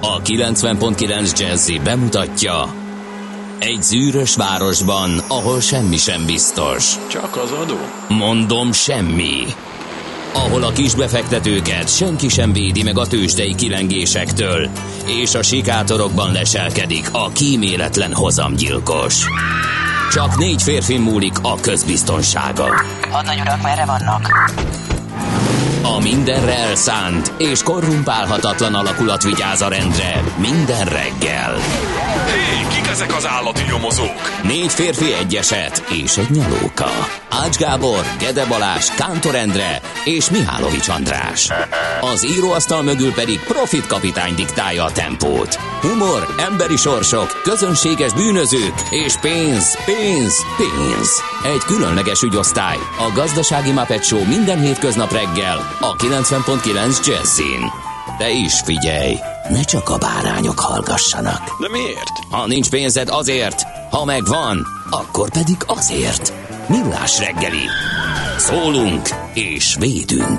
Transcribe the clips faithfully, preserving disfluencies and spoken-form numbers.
A kilencven pont kilenc Jazzy bemutatja: egy zűrös városban, ahol semmi sem biztos. Csak az adó? Mondom, semmi. Ahol a kisbefektetőket senki sem védi meg a tőzsdei kilengésektől, és a sikátorokban leselkedik a kíméletlen hozamgyilkos. Csak négy férfi múlik a közbiztonsága. Hadnagy urak, merre vannak? A mindenre elszánt és korrumpálhatatlan alakulat vigyáz a rendre minden reggel. Hé, kik ezek az állati nyomozók? Négy férfi, egy eset és egy nyalóka. Ács Gábor, Gede Balázs, Kántor Endre és Mihálovics András. Az íróasztal mögül pedig Profit kapitány diktálja a tempót. Humor, emberi sorsok, közönséges bűnözők és pénz, pénz, pénz. Egy különleges ügyosztály, a Gazdasági Muppet Show minden hétköznap reggel a kilencven pont kilenc Jazzin. De is figyelj, ne csak a bárányok hallgassanak. De miért? Ha nincs pénzed, azért, ha megvan, akkor pedig azért. Millás reggeli. Szólunk és védünk.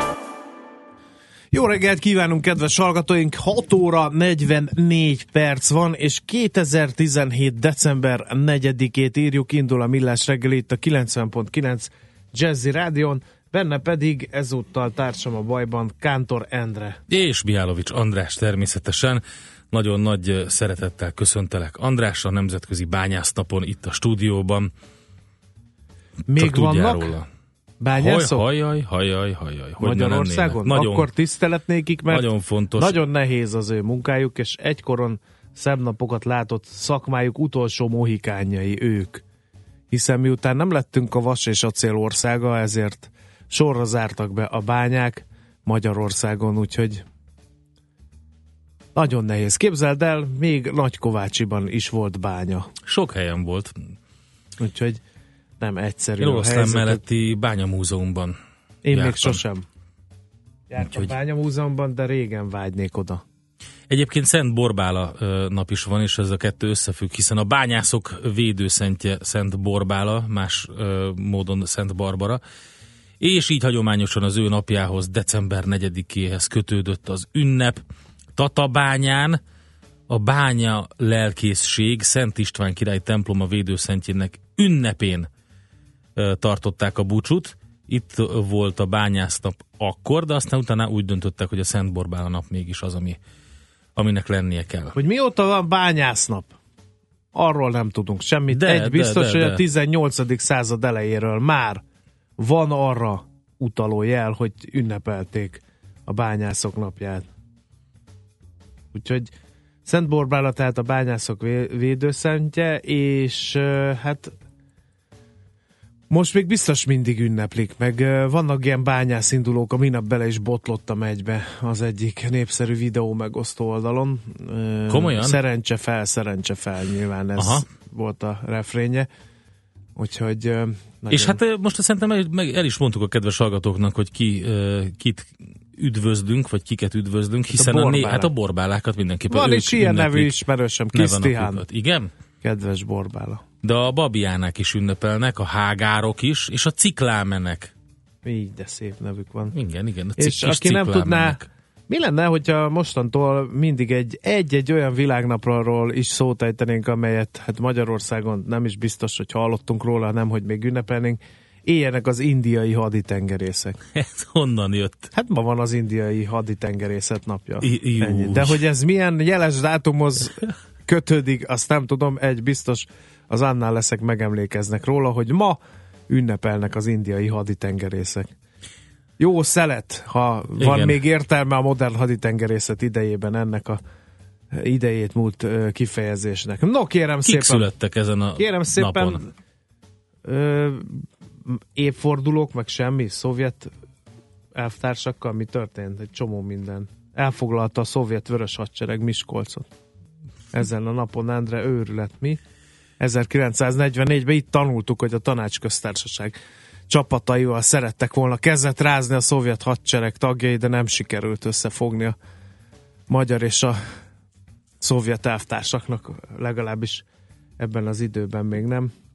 Jó reggelt kívánunk, kedves hallgatóink! hat óra negyvennégy perc van, és kétezer-tizenhét. december negyedikét írjuk, indul a Millás reggeli itt a kilencven pont kilenc Jazzy Rádion, benne pedig ezúttal társam a bajban Kántor Endre. És Mihálovics András természetesen. Nagyon nagy szeretettel köszöntelek András a Nemzetközi Bányásznapon itt a stúdióban. Még vannak róla. bányászok? Hajjaj, hajjaj, hajjaj. Magyarországon? Nagyon, akkor tisztelet nékik, mert nagyon fontos. Nagyon nehéz az ő munkájuk, és egykoron szebb napokat látott szakmájuk utolsó mohikánjai ők. Hiszen miután nem lettünk a vas és acél országa, ezért sorra zártak be a bányák Magyarországon, úgyhogy nagyon nehéz. Képzeld el, még Nagykovácsiban is volt bánya. Sok helyen volt. Úgyhogy nem egyszerű Jó, a aztán helyzet. melletti bányamúzeumban Én jártam. még sosem. Jártam Úgyhogy... bányamúzeumban, de régen vágynék oda. Egyébként Szent Borbála nap is van, és ez a kettő összefügg, hiszen a bányászok védőszentje Szent Borbála, más ö, módon Szent Barbara, és így hagyományosan az ő napjához, december negyedikéhez kötődött az ünnep. Tatabányán a bánya lelkészség Szent István király temploma védőszentjének ünnepén ö, tartották a búcsút. Itt volt a bányásznap akkor, de aztán utána úgy döntöttek, hogy a Szent Borbála nap mégis az, ami, aminek lennie kell. Hogy mióta van bányásznap? Arról nem tudunk semmit. De, Egy de, biztos, de, hogy de. a tizennyolcadik század elejéről már van arra utaló jel, hogy ünnepelték a bányászok napját. Úgyhogy Szent Borbála tehát a bányászok vé- védőszentje, és uh, hát most még biztos mindig ünneplik, meg uh, vannak ilyen bányászindulók, a minap bele is botlottam egybe az egyik népszerű videó megosztó oldalon. Uh, Komolyan? Szerencse fel, szerencse fel, nyilván ez Aha. volt a refrénye. Úgyhogy uh, nagyon... És hát most szerintem el, meg el is mondtuk a kedves hallgatóknak, hogy ki, uh, kit üdvözlünk, vagy kiket üdvözlünk, hiszen a, a, né- hát a borbálákat mindenképpen van ők is ilyen ünneplik. nevű ismerősöm, Krisztihán. Igen? Kedves Borbála. De a babiánák is ünnepelnek, a hágárok is, és a ciklámenek. Így, de szép nevük van. Igen, igen. A És cik- aki nem tudná, ciklámenek. mi lenne, hogyha mostantól mindig egy, egy-egy olyan világnapról is szót ejtenénk, amelyet hát Magyarországon nem is biztos, hogy hallottunk róla, nem, hogy még ünnepelnénk. Éljenek az indiai haditengerészek. Ez honnan jött? Hát ma van az indiai haditengerészet napja. I- Ennyi. De hogy ez milyen jeles dátumhoz kötődik, azt nem tudom, egy biztos az annál leszek megemlékeznek róla, hogy ma ünnepelnek az indiai haditengerészek. Jó szelet, ha van Igen. még értelme a modern haditengerészet idejében ennek a idejét múlt ö, kifejezésnek. No, kérem Kik szépen. születtek ezen a Kérem szépen, napon? ö, évfordulók, meg semmi, szovjet elvtársakkal mi történt? Egy csomó minden. Elfoglalta a szovjet vörös hadsereg Miskolcot. Ezen a napon, Endre, őrület mi? ezerkilencszáznegyvennégyben itt tanultuk, hogy a Tanácsköztársaság csapataival szerettek volna kezet rázni a szovjet hadsereg tagjai, de nem sikerült összefogni a magyar és a szovjet elvtársaknak, legalábbis ebben az időben még nem.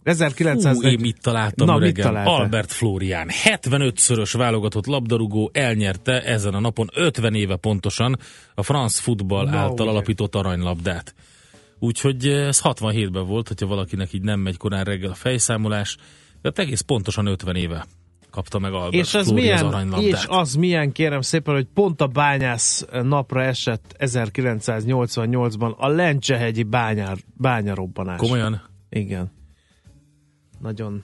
ezerkilencszáz... Hú, én mit találtam, Na, öregem? mit találtál? Albert Flórián, hetvenötszörös válogatott labdarúgó, elnyerte ezen a napon ötven éve pontosan a France Football Na, által ugye. alapított aranylabdát. Úgyhogy ez hatvanhétben volt, hogyha valakinek így nem megy korán reggel a fejszámolás, de egész pontosan ötven éve kapta meg Albert És az, Flóri az milyen, aranylabdát. és az milyen, kérem szépen, hogy pont a bányász napra esett ezerkilencszáznyolcvannyolcban a Lencsehegyi bányár, bányarobbanás. Komolyan? Igen. Nagyon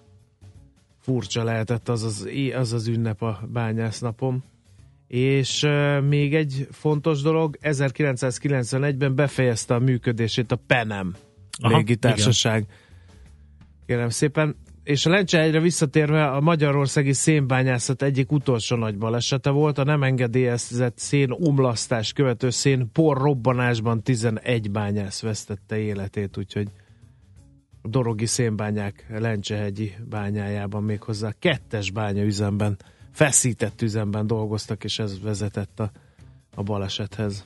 furcsa lehetett az az, az, az ünnep a bányásznapom. És uh, még egy fontos dolog, ezerkilencszázkilencvenegyben befejezte a működését a Penem Aha, légitársaság. Igen. Kérem szépen. És a Lencsehegyre visszatérve, a magyarországi szénbányászat egyik utolsó nagy balesete volt. A nem engedélyezett szénomlasztás követő szénpor robbanásban tizenegy bányász vesztette életét, úgyhogy a Dorogi szénbányák Lencsehegyi bányájában méghozzá kettes bányaüzemben, feszített üzemben dolgoztak, és ez vezetett a, a balesethez.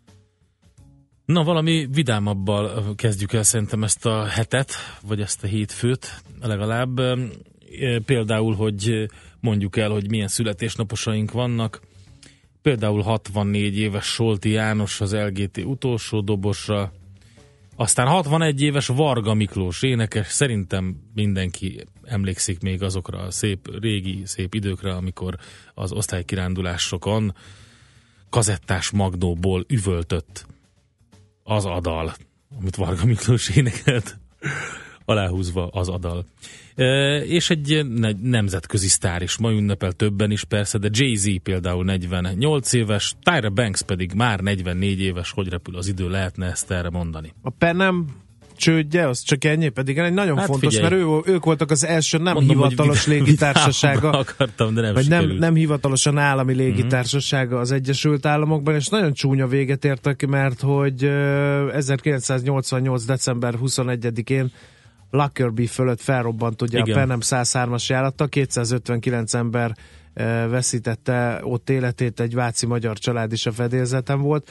Na, valami vidámabbal kezdjük el szerintem ezt a hetet, vagy ezt a hétfőt legalább. Például, hogy mondjuk el, hogy milyen születésnaposaink vannak. Például hatvannégy éves Solti János az el gé té utolsó dobosa. Aztán hatvanegy éves Varga Miklós énekes. Szerintem mindenki emlékszik még azokra a szép, régi, szép időkre, amikor az osztálykirándulásokon kazettás magnóból üvöltött az adal, amit Varga Miklós énekelt, aláhúzva az adal. E, és egy nemzetközi sztár is, ma ünnepel többen is persze, de Jay-Z például negyvennyolc éves, Tyra Banks pedig már negyvennégy éves, hogy repül az idő, lehetne ezt erre mondani. A Penem csődje, az csak ennyi, pedig egy nagyon Hát fontos, figyelj. mert ő, ők voltak az első nem Mondom, hivatalos hogy légitársasága, akartam, de nem vagy nem, sikerült. nem hivatalosan állami légitársasága az Egyesült Államokban, és nagyon csúnya véget értek, mert hogy ezerkilencszáznyolcvannyolc. december huszonegyedikén Lockerbie fölött felrobbant ugye Igen. a Penem száz hármas járata, kétszázötvenkilenc ember veszítette ott életét, egy váci magyar család is a fedélzeten volt,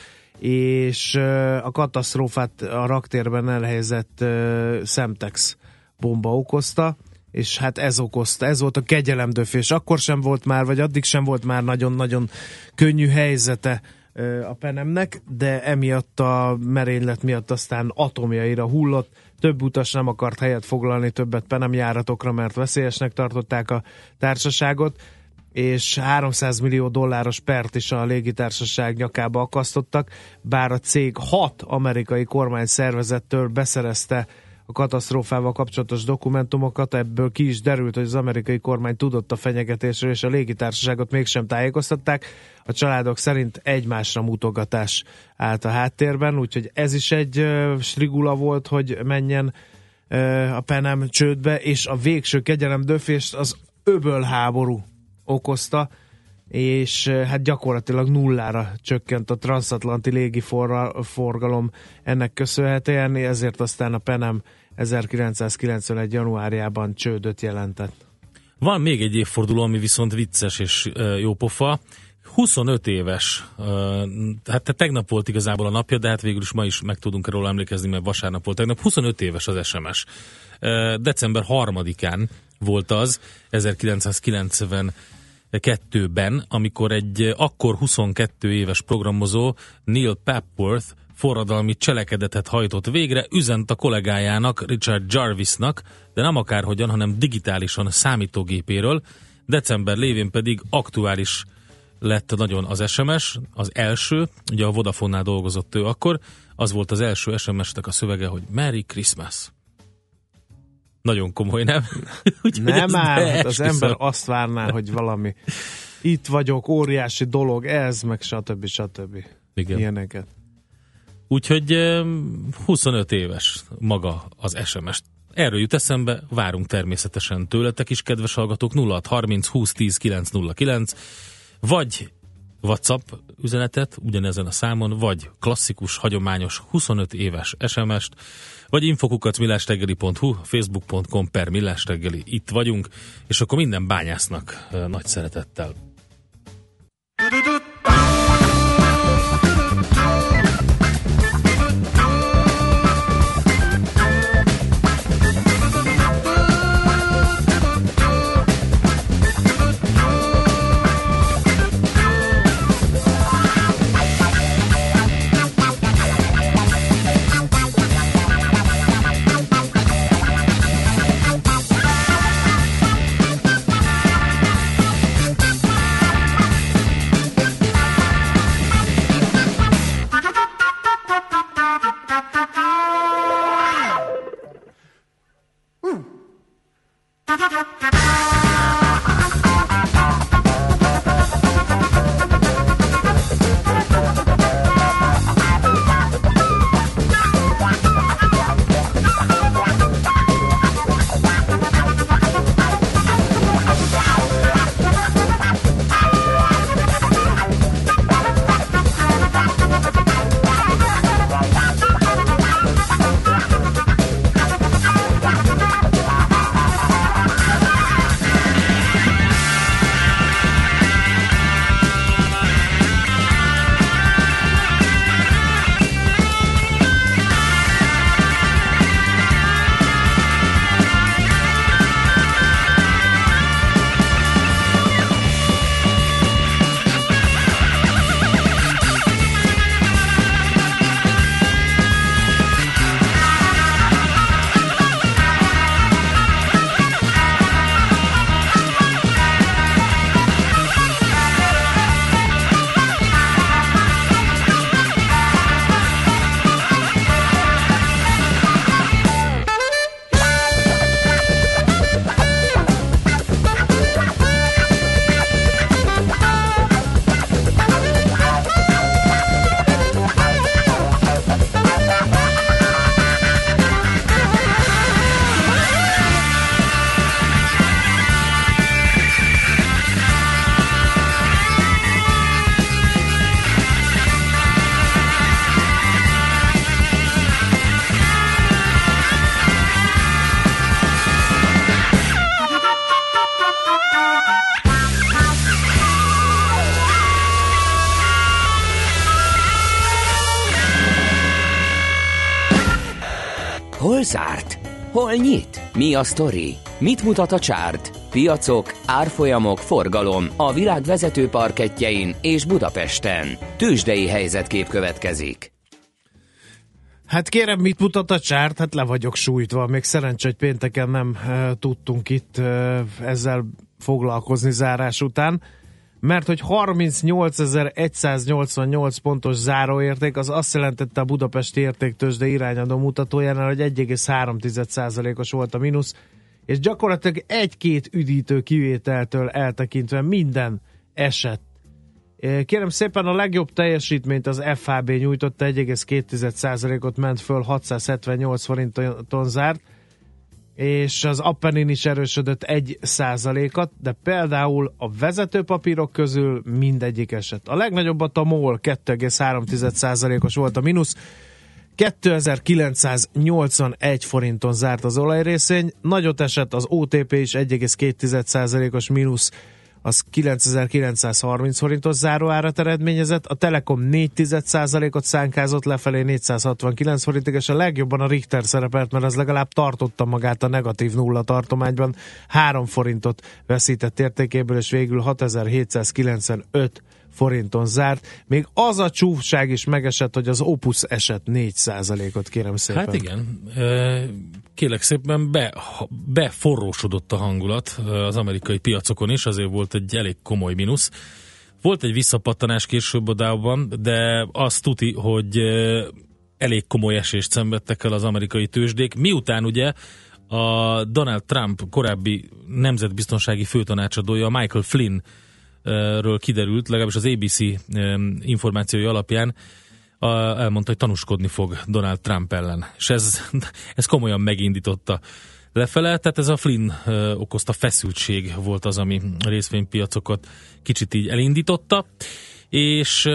és a katasztrófát a raktérben elhelyezett Semtex bomba okozta, és hát ez okozta, ez volt a kegyelemdöfés. Akkor sem volt már, vagy addig sem volt már nagyon-nagyon könnyű helyzete a Penemnek, de emiatt a merénylet miatt aztán atomjaira hullott. Több utas nem akart helyet foglalni többet Penem járatokra, mert veszélyesnek tartották a társaságot, és háromszáz millió dolláros pert is a légitársaság nyakába akasztottak, bár a cég hat amerikai kormányszervezettől beszerezte a katasztrófával kapcsolatos dokumentumokat, ebből ki is derült, hogy az amerikai kormány tudott a fenyegetésről, és a légitársaságot mégsem tájékoztatták. A családok szerint egymásra mutogatás állt a háttérben, úgyhogy ez is egy uh, strigula volt, hogy menjen uh, a Penem csődbe, és a végső kegyelemdöfést az öbölháború okozta, és hát gyakorlatilag nullára csökkent a transatlanti légiforgalom ennek köszönhetően, ezért aztán a Penem ezerkilencszázkilencvenegy. januárjában csődöt jelentett. Van még egy évforduló, ami viszont vicces és uh, jópofa. huszonöt éves, uh, hát tegnap volt igazából a napja, de hát végül is ma is meg tudunk róla emlékezni, mert vasárnap volt tegnap. huszonöt éves az es em es. Uh, december harmadikán volt az, ezerkilencszázkilencvenkettőben, amikor egy akkor huszonkettő éves programozó, Neil Papworth forradalmi cselekedetet hajtott végre, üzent a kollégájának, Richard Jarvisnak, de nem akárhogyan, hanem digitálisan számítógépéről. December lévén pedig aktuális lett nagyon az es em es, az első, ugye a Vodafone-nál dolgozott ő akkor, az volt az első es em es-nek a szövege, hogy Merry Christmas. Nagyon komoly, nem? Nem áll, hát az ember azt várná, hogy valami itt vagyok, óriási dolog, ez, meg stb. stb. Igen. Ilyeneket. Úgyhogy huszonöt éves maga az es em es. Erről jut eszembe, várunk természetesen tőletek is, kedves hallgatók, nulla hat harminc húsz tíz kilenc nulla kilenc, vagy WhatsApp üzenetet ugyanezen a számon, vagy klasszikus, hagyományos huszonöt éves es em es-t, vagy infokukat millásreggeli pont hu, facebook pont com per millásreggeli, itt vagyunk, és akkor minden bányásznak nagy szeretettel. zárt? Hol nyit? Mi a sztori? Mit mutat a csárt? Piacok, árfolyamok, forgalom a világ vezető parkettjein és Budapesten. Tőzsdei helyzetkép következik. Hát kérem, mit mutat a csárt? Hát le vagyok sújtva. Még szerencsé, hogy pénteken nem e, tudtunk itt e, ezzel foglalkozni zárás után, mert hogy harmincnyolcezer-egyszáznyolcvannyolc pontos záróérték, az azt jelentette a budapesti értéktőzsde irányadó mutatójánál, hogy egy egész három százalékos volt a mínusz, és gyakorlatilag egy-két üdítő kivételtől eltekintve minden esett. Kérem szépen, a legjobb teljesítményt az ef há bé nyújtotta, egy egész két százalékot ment föl, hatszázhetvennyolc forinton zárt, és az Appenin is erősödött egy százalékat, de például a vezetőpapírok közül mindegyik esett. A legnagyobbat a MOL, két egész három százalékos volt a mínusz, kétezer-kilencszáznyolcvanegy forinton zárt az olajrészvény, nagyot esett az o té pé is, egy egész két százalékos mínusz, az kilencezer-kilencszázharminc forintos záróárat eredményezett, a Telekom négy százalékot szánkázott lefelé négyszázhatvankilenc forintig, és a legjobban a Richter szerepelt, mert az legalább tartotta magát a negatív nulla tartományban, három forintot veszített értékéből, és végül hatezer-hétszázkilencvenöt forinton zárt. Még az a csúfság is megesett, hogy az Opus esett négy százalékot, kérem szépen. Hát igen, kérlek szépen be, beforrósodott a hangulat az amerikai piacokon is, azért volt egy elég komoly mínusz. Volt egy visszapattanás később a Dow-ban, de azt tuti, hogy elég komoly esést szenvedtek el az amerikai tőzsdék, miután ugye a Donald Trump korábbi nemzetbiztonsági főtanácsadója, Michael Flynn ről kiderült, legalábbis az á bé cé információi alapján elmondta, hogy tanúskodni fog Donald Trump ellen. És ez, ez komolyan megindította lefele, tehát ez a Flynn okozta feszültség volt az, ami a részvénypiacokat kicsit így elindította, és,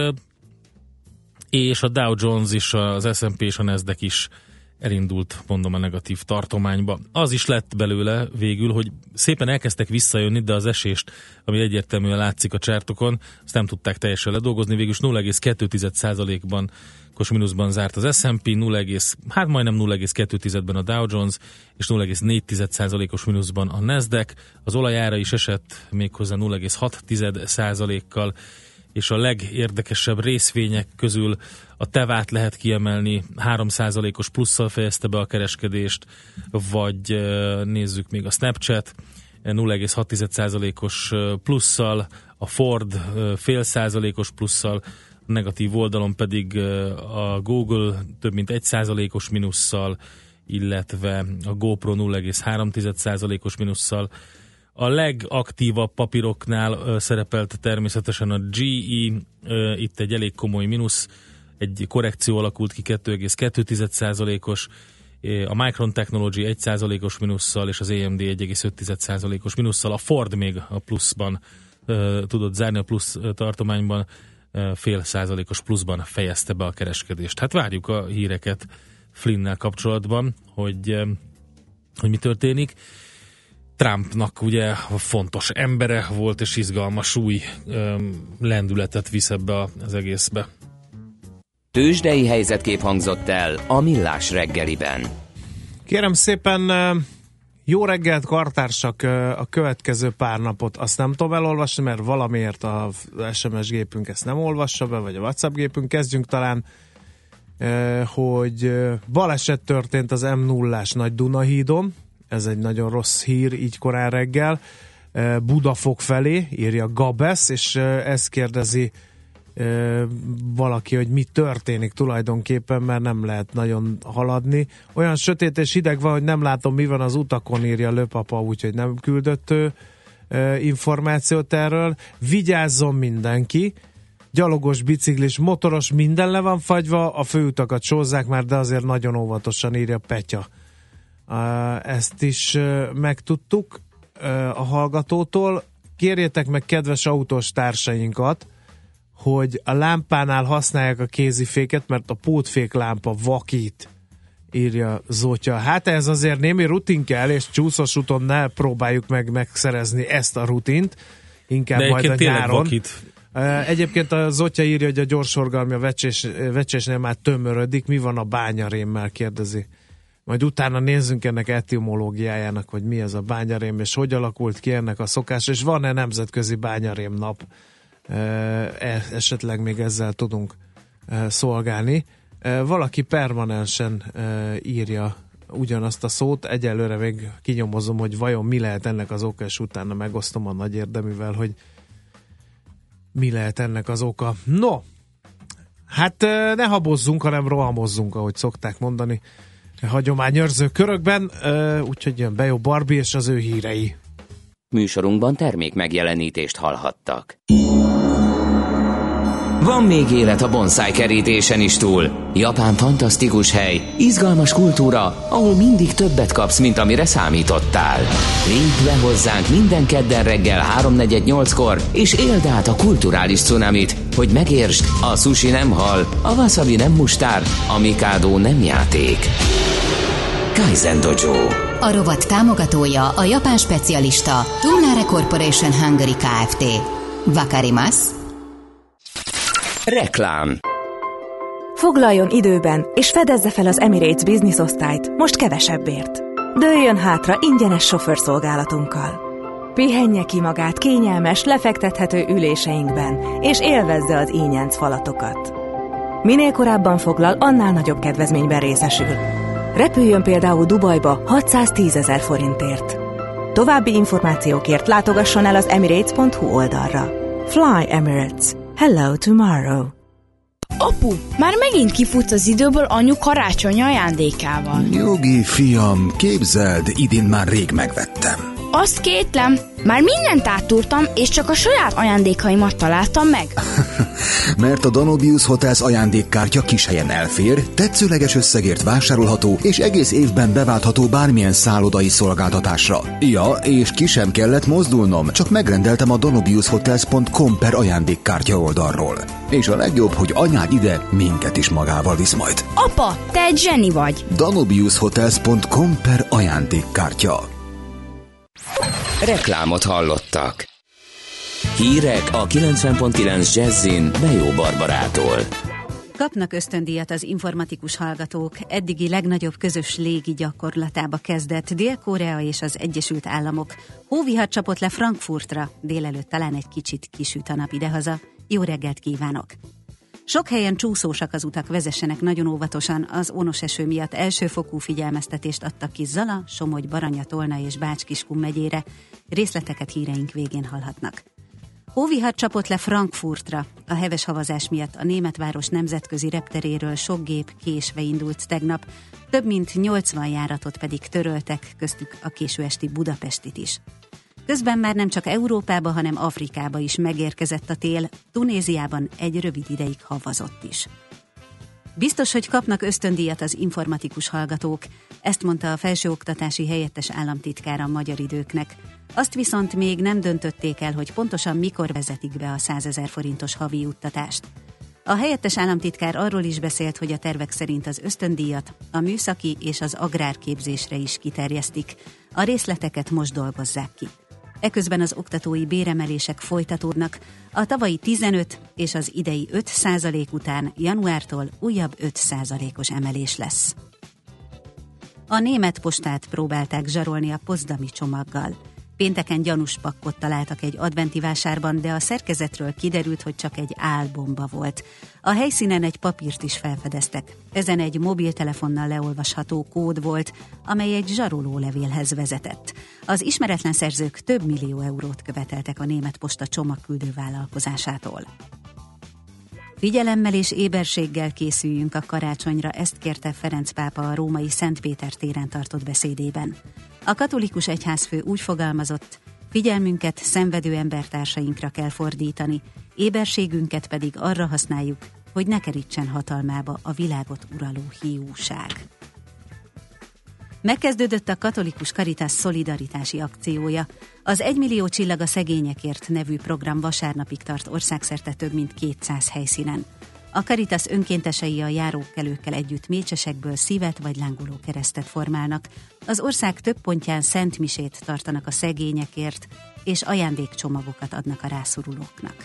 és a Dow Jones is, az es and pé és a Nasdaq is elindult, mondom, a negatív tartományba. Az is lett belőle végül, hogy szépen elkezdtek visszajönni, de az esést, ami egyértelműen látszik a csártokon, azt nem tudták teljesen ledolgozni, végül is nulla egész kettő százalékban kos mínuszban zárt az es and pé, nulla, hát majdnem nulla egész kettő-ben a Dow Jones, és nulla egész négy százalékos mínuszban a Nasdaq. Az olajára is esett méghozzá nulla egész hat százalékkal, és a legérdekesebb részvények közül a Tevát lehet kiemelni, három százalékos plusszal fejezte be a kereskedést, vagy nézzük még a Snapchat, nulla egész hat százalékos plusszal, a Ford fél százalékos plusszal, negatív oldalon pedig a Google több mint egy százalékos mínusszal, illetve a GoPro nulla egész három százalékos mínusszal. A legaktívabb papíroknál uh, szerepelt természetesen a gé é, uh, itt egy elég komoly mínusz, egy korrekció alakult ki kettő egész kettő százalékos, uh, a Micron Technology egy százalékos mínusszal, és az á em dé egy egész öt százalékos mínusszal, a Ford még a pluszban uh, tudott zárni, a plusz uh, tartományban uh, fél százalékos pluszban fejezte be a kereskedést. Hát várjuk a híreket Flynnnel kapcsolatban, hogy, uh, hogy mi történik. Trumpnak ugye fontos embere volt, és izgalmas új öm, lendületet visz ebbe az egészbe. Tőzsdei helyzetkép hangzott el a Millás reggeliben. Kérem szépen, jó reggelt, kartársak, a következő pár napot azt nem tudom elolvasni, mert valamiért az es em es gépünk ezt nem olvassa be, vagy a WhatsApp gépünk. Kezdjünk talán, hogy baleset történt az em nullás Nagy Dunahídon. Ez egy nagyon rossz hír így korán reggel. Budafok felé, írja Gabesz, és ezt kérdezi valaki, hogy mi történik tulajdonképpen, mert nem lehet nagyon haladni. Olyan sötét és hideg van, hogy nem látom, mi van az utakon, írja Lőpapa, úgyhogy nem küldött ő információt erről. Vigyázzon mindenki, gyalogos, biciklis, motoros, minden le van fagyva, a főutakat sózzák már, de azért nagyon óvatosan, írja Petya. Ezt is megtudtuk a hallgatótól. Kérjétek meg kedves autós társainkat, hogy a lámpánál használják a kéziféket, mert a pótfék lámpa vakít, írja Zótya. Hát ez azért némi rutin kell, és csúszós úton ne próbáljuk meg megszerezni ezt a rutint, inkább de majd a nyáron. Vakít. Egyébként a Zótya írja, hogy a gyorsforgalmi a vecsés, vecsésnél már tömörödik. Mi van a bányarémmel, kérdezi majd utána nézzünk ennek etimológiájának, hogy mi ez a bányarém, és hogy alakult ki ennek a szokás, és van-e nemzetközi bányarém nap, esetleg még ezzel tudunk szolgálni. Valaki permanensen írja ugyanazt a szót, egyelőre még kinyomozom, hogy vajon mi lehet ennek az oka, és utána megosztom a nagy érdeművel, hogy mi lehet ennek az oka. No, hát ne habozzunk, hanem rohamozzunk, ahogy szokták mondani hagyományőrző körökben, úgyhogy jön be jó Barbie és az ő hírei. Műsorunkban termék megjelenítést hallhattak. Van még élet a bonsai kerítésen is túl. Japán fantasztikus hely, izgalmas kultúra, ahol mindig többet kapsz, mint amire számítottál. Lépj be hozzánk minden kedden reggel háromnegyed nyolckor, és éld át a kulturális cunamit, hogy megértsd, a sushi nem hal, a wasabi nem mustár, a mikádó nem játék. Kaizen Dojo. A rovat támogatója a japán specialista Tumnare Corporation Hungary Kft. Wakarimasu. Reklám. Foglaljon időben, és fedezze fel az Emirates Business osztályt, most kevesebbért. Dőljön hátra ingyenes sofőrszolgálatunkkal. Pihenje ki magát kényelmes, lefektethető üléseinkben, és élvezze az ínyenc falatokat. Minél korábban foglal, annál nagyobb kedvezményben részesül. Repüljön például Dubajba hatszáztízezer forintért. További információkért látogasson el az emirates pont hu oldalra. Fly Emirates. Hello tomorrow. Apu, már megint kifut az időből anyu karácsony ajándékával. Nyugi, fiam, képzeld, idén már rég megvettem. Azt kétlem, már mindent áttúrtam, és csak a saját ajándékaimat találtam meg. Mert a Danubius Hotels ajándékkártya kis helyen elfér, tetszőleges összegért vásárolható, és egész évben beváltható bármilyen szállodai szolgáltatásra. Ja, és ki sem kellett mozdulnom, csak megrendeltem a danubiushotels pont com per ajándékkártya oldalról. És a legjobb, hogy anyád ide minket is magával visz majd. Apa, te egy zseni vagy! danubiushotels pont com per ajándékkártya. Reklámot hallottak. Hírek a kilencven pont kilenc Jazzin Bejó Barbarától. Kapnak ösztöndíjat az informatikus hallgatók. Eddigi legnagyobb közös légi gyakorlatába kezdett Dél-Korea és az Egyesült Államok. Hóvihar csapott le Frankfurtra, délelőtt talán egy kicsit kisüt a nap idehaza. Jó reggelt kívánok! Sok helyen csúszósak az utak, vezessenek nagyon óvatosan. Az ónos eső miatt elsőfokú figyelmeztetést adtak ki Zala, Somogy, Baranya, Tolna és Bács-Kiskun megyére. Részleteket híreink végén hallhatnak. Hóvihar csapott le Frankfurtra. A heves havazás miatt a németváros nemzetközi repteréről sok gép késve indult tegnap, több mint nyolcvan járatot pedig töröltek, köztük a késő esti Budapestit is. Közben már nem csak Európába, hanem Afrikába is megérkezett a tél, Tunéziában egy rövid ideig havazott is. Biztos, hogy kapnak ösztöndíjat az informatikus hallgatók, ezt mondta a felsőoktatási helyettes államtitkár a Magyar Időknek. Azt viszont még nem döntötték el, hogy pontosan mikor vezetik be a százezer forintos havi juttatást. A helyettes államtitkár arról is beszélt, hogy a tervek szerint az ösztöndíjat a műszaki és az agrárképzésre is kiterjesztik. A részleteket most dolgozzák ki. Eközben az oktatói béremelések folytatódnak, a tavalyi tizenöt és az idei öt százalék után januártól újabb öt százalékos emelés lesz. A német postát próbálták zsarolni a potsdami csomaggal. Pénteken gyanús pakkot találtak egy adventi vásárban, de a szerkezetről kiderült, hogy csak egy álbomba volt. A helyszínen egy papírt is felfedeztek. Ezen egy mobiltelefonnal leolvasható kód volt, amely egy zsaroló levélhez vezetett. Az ismeretlen szerzők több millió eurót követeltek a német posta csomagküldő vállalkozásától. Figyelemmel és éberséggel készüljünk a karácsonyra, ezt kérte Ferenc pápa a római Szent Péter téren tartott beszédében. A katolikus egyházfő úgy fogalmazott, figyelmünket szenvedő embertársainkra kell fordítani, éberségünket pedig arra használjuk, hogy ne kerítsen hatalmába a világot uraló hiúság. Megkezdődött a katolikus Caritas szolidaritási akciója. Az egymillió csillag a szegényekért nevű program vasárnapig tart országszerte több mint kétszáz helyszínen. A Caritas önkéntesei a járókelőkkel együtt mécsesekből szívet vagy lángoló keresztet formálnak. Az ország több pontján szentmisét tartanak a szegényekért, és ajándékcsomagokat adnak a rászorulóknak.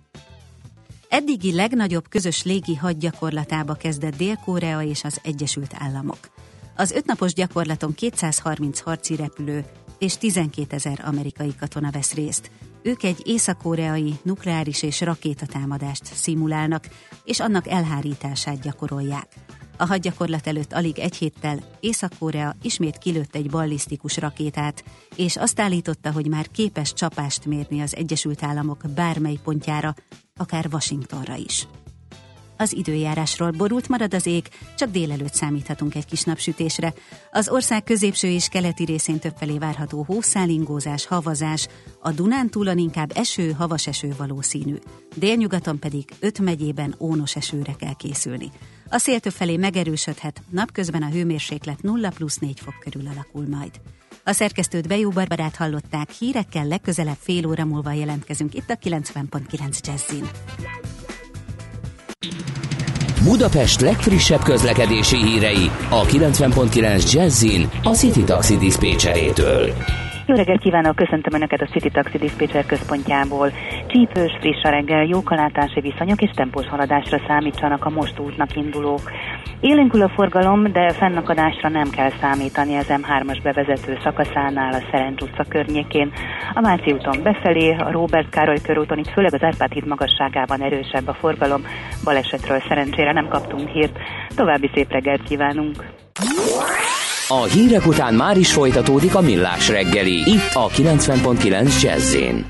Eddigi legnagyobb közös légi hadgyakorlatába kezdett Dél-Korea és az Egyesült Államok. Az ötnapos gyakorlaton kétszázharminc harci repülő és tizenkétezer amerikai katona vesz részt. Ők egy észak-koreai nukleáris és rakétatámadást szimulálnak, és annak elhárítását gyakorolják. A hadgyakorlat előtt alig egy héttel Észak-Korea ismét kilőtt egy ballisztikus rakétát, és azt állította, hogy már képes csapást mérni az Egyesült Államok bármely pontjára, akár Washingtonra is. Az időjárásról: borult marad az ég, csak délelőtt számíthatunk egy kis napsütésre. Az ország középső és keleti részén többfelé várható hószálingózás, havazás, a Dunántúlon inkább eső, havas eső valószínű. Délnyugaton pedig öt megyében ónos esőre kell készülni. A szél többfelé megerősödhet, napközben a hőmérséklet nulla plusz négy fok körül alakul majd. A szerkesztőt Bejó Barbarát hallották, hírekkel legközelebb fél óra múlva jelentkezünk itt a kilencven pont kilenc Jazzin. Budapest legfrissebb közlekedési hírei a kilencven pont kilenc Jazzin a City Taxi diszpécserétől. Jó reggelt kívánok, köszöntöm Önöket a City Taxi diszpécser központjából. Csípős, friss a reggel, jók a látási viszonyok és tempós haladásra számítsanak a most útnak indulók. Élénkül a forgalom, de fennakadásra nem kell számítani az M hármas bevezető szakaszánál, a Szerencs utca környékén. A Váci úton befelé, a Róbert Károly körúton, itt főleg az Árpád híd magasságában erősebb a forgalom. Balesetről szerencsére nem kaptunk hírt. További szép reggelt kívánunk! A hírek után már is folytatódik a Millás reggeli, itt a kilencven pont kilenc Jazzin.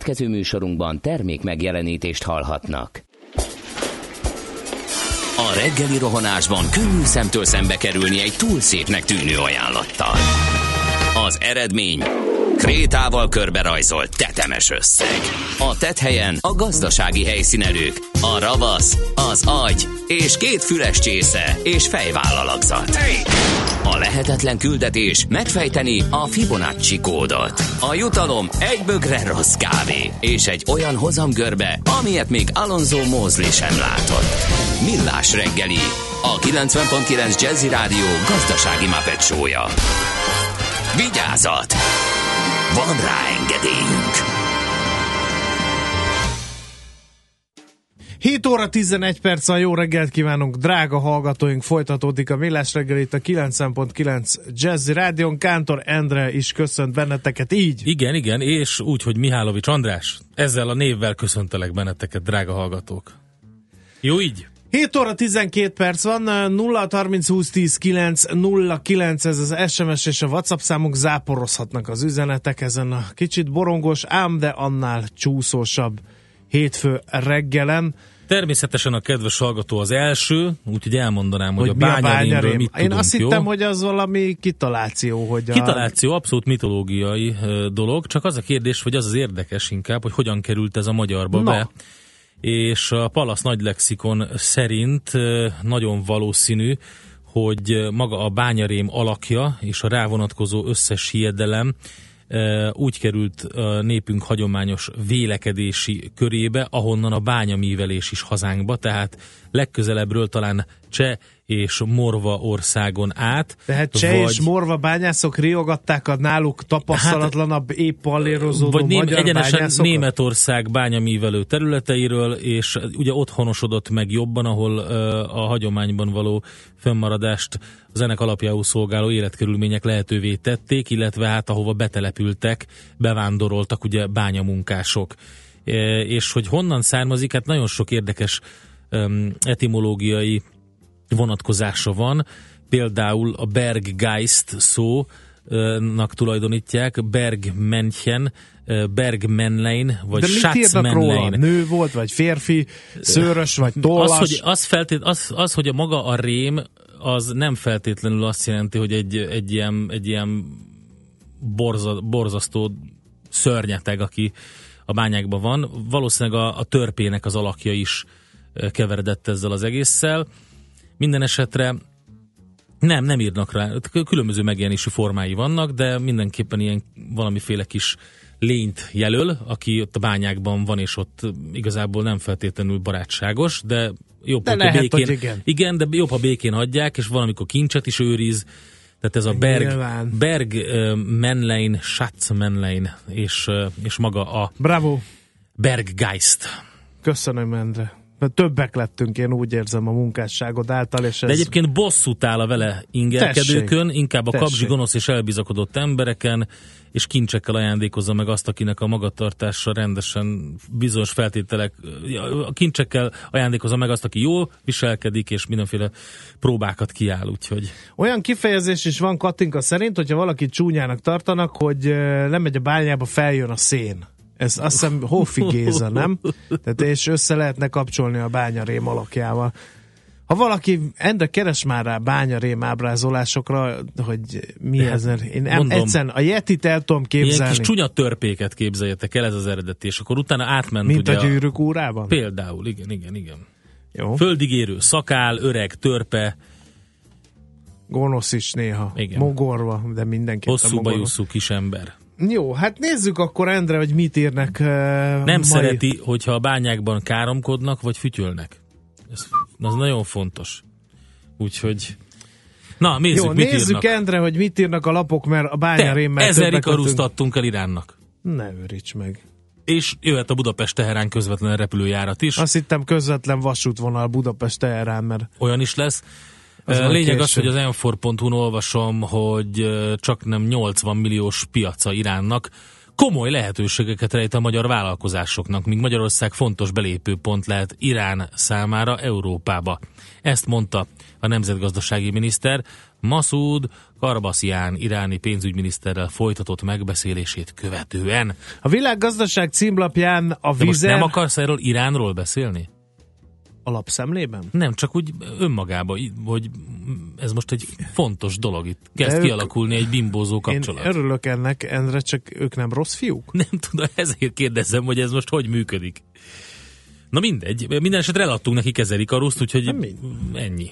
Következő műsorunkban termék megjelenítést hallhatnak. A reggeli rohanásban könnyű szemtől szembe kerülni egy túl szépnek tűnő ajánlattal. Az eredmény... krétával körberajzolt tetemes összeg. A tetthelyen a gazdasági helyszínelők, a ravasz, az agy és két füles csésze és fejvállalakzat. A lehetetlen küldetés megfejteni a Fibonacci kódot. A jutalom egy bögre rossz kávé és egy olyan hozamgörbe, amilyet még Alonso Mosley sem látott. Millás reggeli, a kilencven pont kilenc Jazzy Rádió gazdasági Muppet show-ja. Vigyázat! Van rá engedélyünk! hét óra tizenegy perc, a jó reggelt kívánunk, drága hallgatóink, folytatódik a Millás reggel itt a kilencven pont kilenc Jazzy Rádión. Kántor Endre is köszönt benneteket így. Igen, igen, és úgy, hogy Mihálovics András, ezzel a névvel köszöntelek benneteket, drága hallgatók. Jó így? hét óra tizenkét perc van, nulla harminc húsz tíz kilenc nulla kilenc, ez az es em es és a WhatsApp számunk, záporozhatnak az üzenetek ezen a kicsit borongos, ám de annál csúszósabb hétfő reggelen. Természetesen a kedves hallgató az első, úgyhogy elmondanám, hogy, hogy a bányarémről mit tudunk. Én azt jó? hittem, hogy az valami kitaláció. Hogy a... Kitaláció, abszolút mitológiai uh, dolog, csak az a kérdés, hogy az az érdekes inkább, hogy hogyan került ez a magyarba Na. be. És a Palasz Nagy Lexikon szerint nagyon valószínű, hogy maga a bányarém alakja és a rávonatkozó összes hiedelem úgy került a népünk hagyományos vélekedési körébe, ahonnan a bányamívelés is hazánkba, tehát legközelebbről talán Cseh és Morva országon át. Tehát Cseh vagy... és Morva bányászok riogatták a náluk tapasztalatlanabb, hát, épp pallérozódó vagy magyar egyenesen bányászokat? Németország bányamívelő területeiről, és ugye ott honosodott meg jobban, ahol uh, a hagyományban való fönnmaradást az ennek alapjául szolgáló életkörülmények lehetővé tették, illetve hát ahova betelepültek, bevándoroltak ugye bányamunkások. E, és hogy honnan származik, hát nagyon sok érdekes um, etimológiai vonatkozása van, például a Berggeist szónak tulajdonítják, Bergmännchen, Bergmännlein, vagy Schatzmännlein. Nő volt, vagy férfi, szőrös, vagy tollas? Az, hogy, az, feltét, az, az, hogy a maga a rém, az nem feltétlenül azt jelenti, hogy egy, egy ilyen, egy ilyen borza, borzasztó szörnyeteg, aki a bányákban van. Valószínűleg a, a törpének az alakja is keveredett ezzel az egésszel. Minden esetre nem, nem írnak rá. Különböző megjelenési formái vannak, de mindenképpen ilyen valamiféle kis lényt jelöl, aki ott a bányákban van, és ott igazából nem feltétlenül barátságos, de jobb, de hogy lehet, békén, hogy igen. igen, de jobb, ha békén hagyják, és valamikor kincset is őriz. Tehát ez a Berg, Berg uh, Männlein, Schatzmännlein, és, uh, és maga a Bravo. Berggeist. Köszönöm, Endre. Többek lettünk, én úgy érzem, a munkásságod által. És ez... De egyébként bosszút áll a vele ingerkedőkön, inkább a tessék. kapzsi gonosz és elbizakodott embereken, és kincsekkel ajándékozza meg azt, akinek a magatartása rendesen bizonyos feltételek, a kincsekkel ajándékozza meg azt, aki jól viselkedik, és mindenféle próbákat kiáll, úgyhogy... Olyan kifejezés is van Katinka szerint, hogyha valaki csúnyának tartanak, hogy lemegy a bányába, feljön a szén. Ez azt hiszem Hófi Géza, nem? Tehát és össze lehetne kapcsolni a bányarém alakjával. Ha valaki, Endre, keres már rá bányarém ábrázolásokra, hogy mi de ez? Én nem, egyszerűen a Yetit el tudom képzelni. Ilyen kis csúnya törpéket képzeljetek el, ez az eredeti, és akkor utána átment. Mint ugye a Gyűrűk Úrában? Például, igen, igen, igen. Jó. Földigérő, szakál, öreg, törpe. Gonosz is néha. Igen. Mogorva, de mindenképpen hosszú bajuszú kis ember. Jó, hát nézzük akkor, Endre, hogy mit írnak. Uh, Nem mai... szereti, hogyha a bányákban káromkodnak, vagy fütyölnek. Ez, az nagyon fontos. Úgyhogy... Na, nézzük, Jó, mit nézzük, írnak. Endre, hogy mit írnak a lapok, mert a bányarémmel... Ezer Ikaruszt adtunk el Iránnak. Ne őríts meg. És jöhet a Budapest-Teherán közvetlen repülőjárat is. Azt hittem közvetlen vasútvonal Budapest-Teherán, mert... Olyan is lesz. Az lényeg az, hogy az em négy pont hu-n olvasom, hogy csak nem nyolcvan milliós piaca Iránnak komoly lehetőségeket rejt a magyar vállalkozásoknak, míg Magyarország fontos belépőpont lehet Irán számára Európába. Ezt mondta a a nemzetgazdasági miniszter Masoud Karbaszián iráni pénzügyminiszterrel folytatott megbeszélését követően. A Világgazdaság címlapján a Vizer... most Vizer... nem akarsz erről Iránról beszélni? Alapszemlében? Nem, csak úgy önmagában, hogy ez most egy fontos dolog. Itt kezd ők... kialakulni egy bimbózó kapcsolat. Én örülök ennek, Endre, csak ők nem rossz fiúk? Nem tudom, ezért kérdezem, hogy ez most hogy működik. Na mindegy, minden esetre eladtunk neki kezelik a ruszt, úgyhogy ennyi.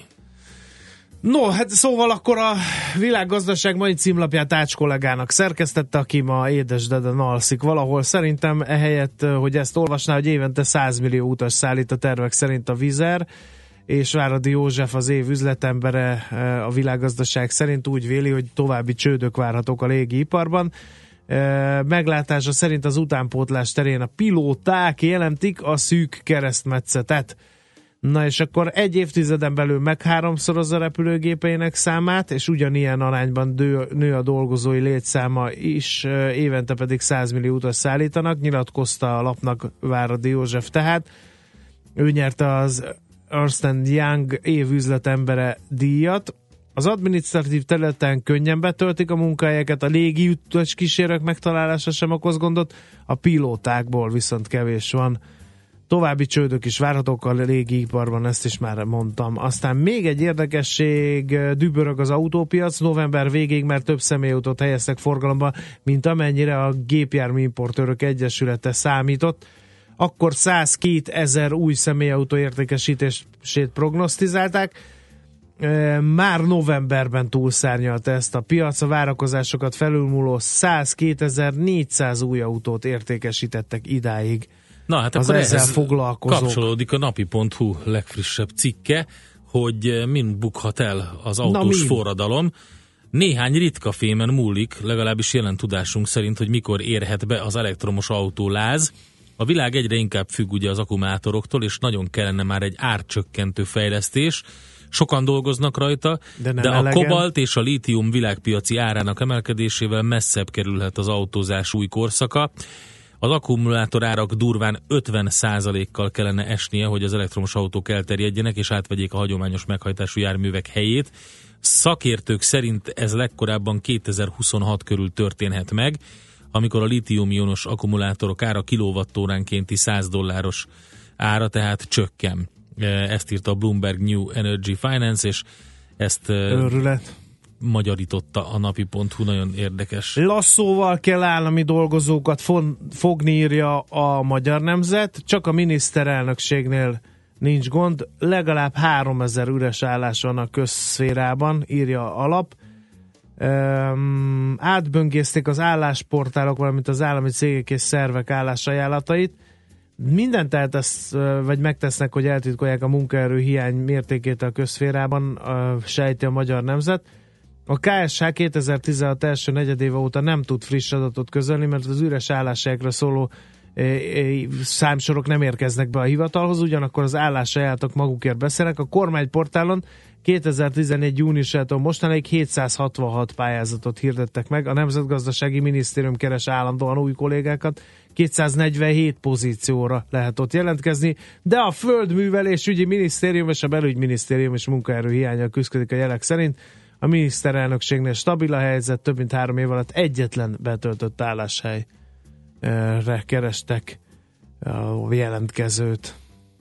No, hát szóval akkor a Világgazdaság mai címlapját Ács kollégának szerkesztette, aki ma édesdeden alszik valahol. Szerintem ehelyett, hogy ezt olvasná, hogy évente száz millió utas szállít a tervek szerint a Vizer, és Váradi József az év üzletembere a Világgazdaság szerint úgy véli, hogy további csődök várhatók a légiiparban. Meglátása szerint az utánpótlás terén a pilóták jelentik a szűk keresztmetszetet. Na és akkor egy évtizeden belül megháromszorozza a repülőgépeinek számát, és ugyanilyen arányban dő, nő a dolgozói létszáma is, évente pedig száz millió utas szállítanak, nyilatkozta a lapnak Váradi József tehát. Ő nyerte az Ernst and Young év üzletembere díjat. Az adminisztratív területen könnyen betöltik a munkahelyeket, a légi utas kísérők megtalálása sem okoz gondot, a pilótákból viszont kevés van. További csődök is várhatók a légiiparban, ezt is már mondtam. Aztán még egy érdekesség, dübörög az autópiac, november végéig már több személyautót helyeztek forgalomba, mint amennyire a Gépjárműimportőrök Egyesülete számított. Akkor százkétezer új személyautó értékesítését prognosztizálták. Már novemberben túlszárnyalta ezt a piac, a várakozásokat felülmúló százkétezer-négyszáz új autót értékesítettek idáig. Na hát az akkor ezzel ehhez foglalkozók. Kapcsolódik a napi pont hu legfrissebb cikke, hogy min bukhat el az autós Na, forradalom. Néhány ritka fémen múlik, legalábbis jelen tudásunk szerint, hogy mikor érhet be az elektromos autóláz. A világ egyre inkább függ ugye az akkumulátoroktól, és nagyon kellene már egy árcsökkentő fejlesztés. Sokan dolgoznak rajta, de, de a kobalt és a lítium világpiaci árának emelkedésével messzebb kerülhet az autózás új korszaka. Az akkumulátorárak durván ötven százalékkal kellene esnie, hogy az elektromos autók elterjedjenek és átvegyék a hagyományos meghajtású járművek helyét. Szakértők szerint ez legkorábban kétezer-huszonhat körül történhet meg, amikor a lítium-ionos akkumulátorok ára kilowattóránkénti száz dolláros ára, tehát csökken. Ezt írta a Bloomberg New Energy Finance, és ezt Őrület. magyarította a napi pont hu, nagyon érdekes. Lasszóval kell állami dolgozókat fon, fogni, írja a Magyar Nemzet, csak a miniszterelnökségnél nincs gond, legalább háromezer üres állás van a közszférában, írja a lap. Um, átböngészték az állásportálok, valamint az állami cégek és szervek állásajánlatait. Mindent eltesz, vagy megtesznek, hogy eltitkolják a munkaerő hiány mértékét a közszférában, sejti a Magyar Nemzet. A ká es há kétezer-tizenhat első negyedéve óta nem tud friss adatot közölni, mert az üres álláshelyekre szóló számsorok nem érkeznek be a hivatalhoz, ugyanakkor az állásajánlatok magukért beszélnek. A kormányportálon kétezer-tizennégy júniusától mostanáig hétszázhatvanhat pályázatot hirdettek meg, a Nemzetgazdasági Minisztérium keres állandóan új kollégákat, kétszáznegyvenhét pozícióra lehet ott jelentkezni, de a Földművelésügyi Minisztérium és a Belügyminisztérium is munkaerő hiánnyal küzdik a jelek szerint. A miniszterelnökségnél stabil a helyzet, több mint három év alatt egyetlen betöltött álláshelyre kerestek a jelentkezőt.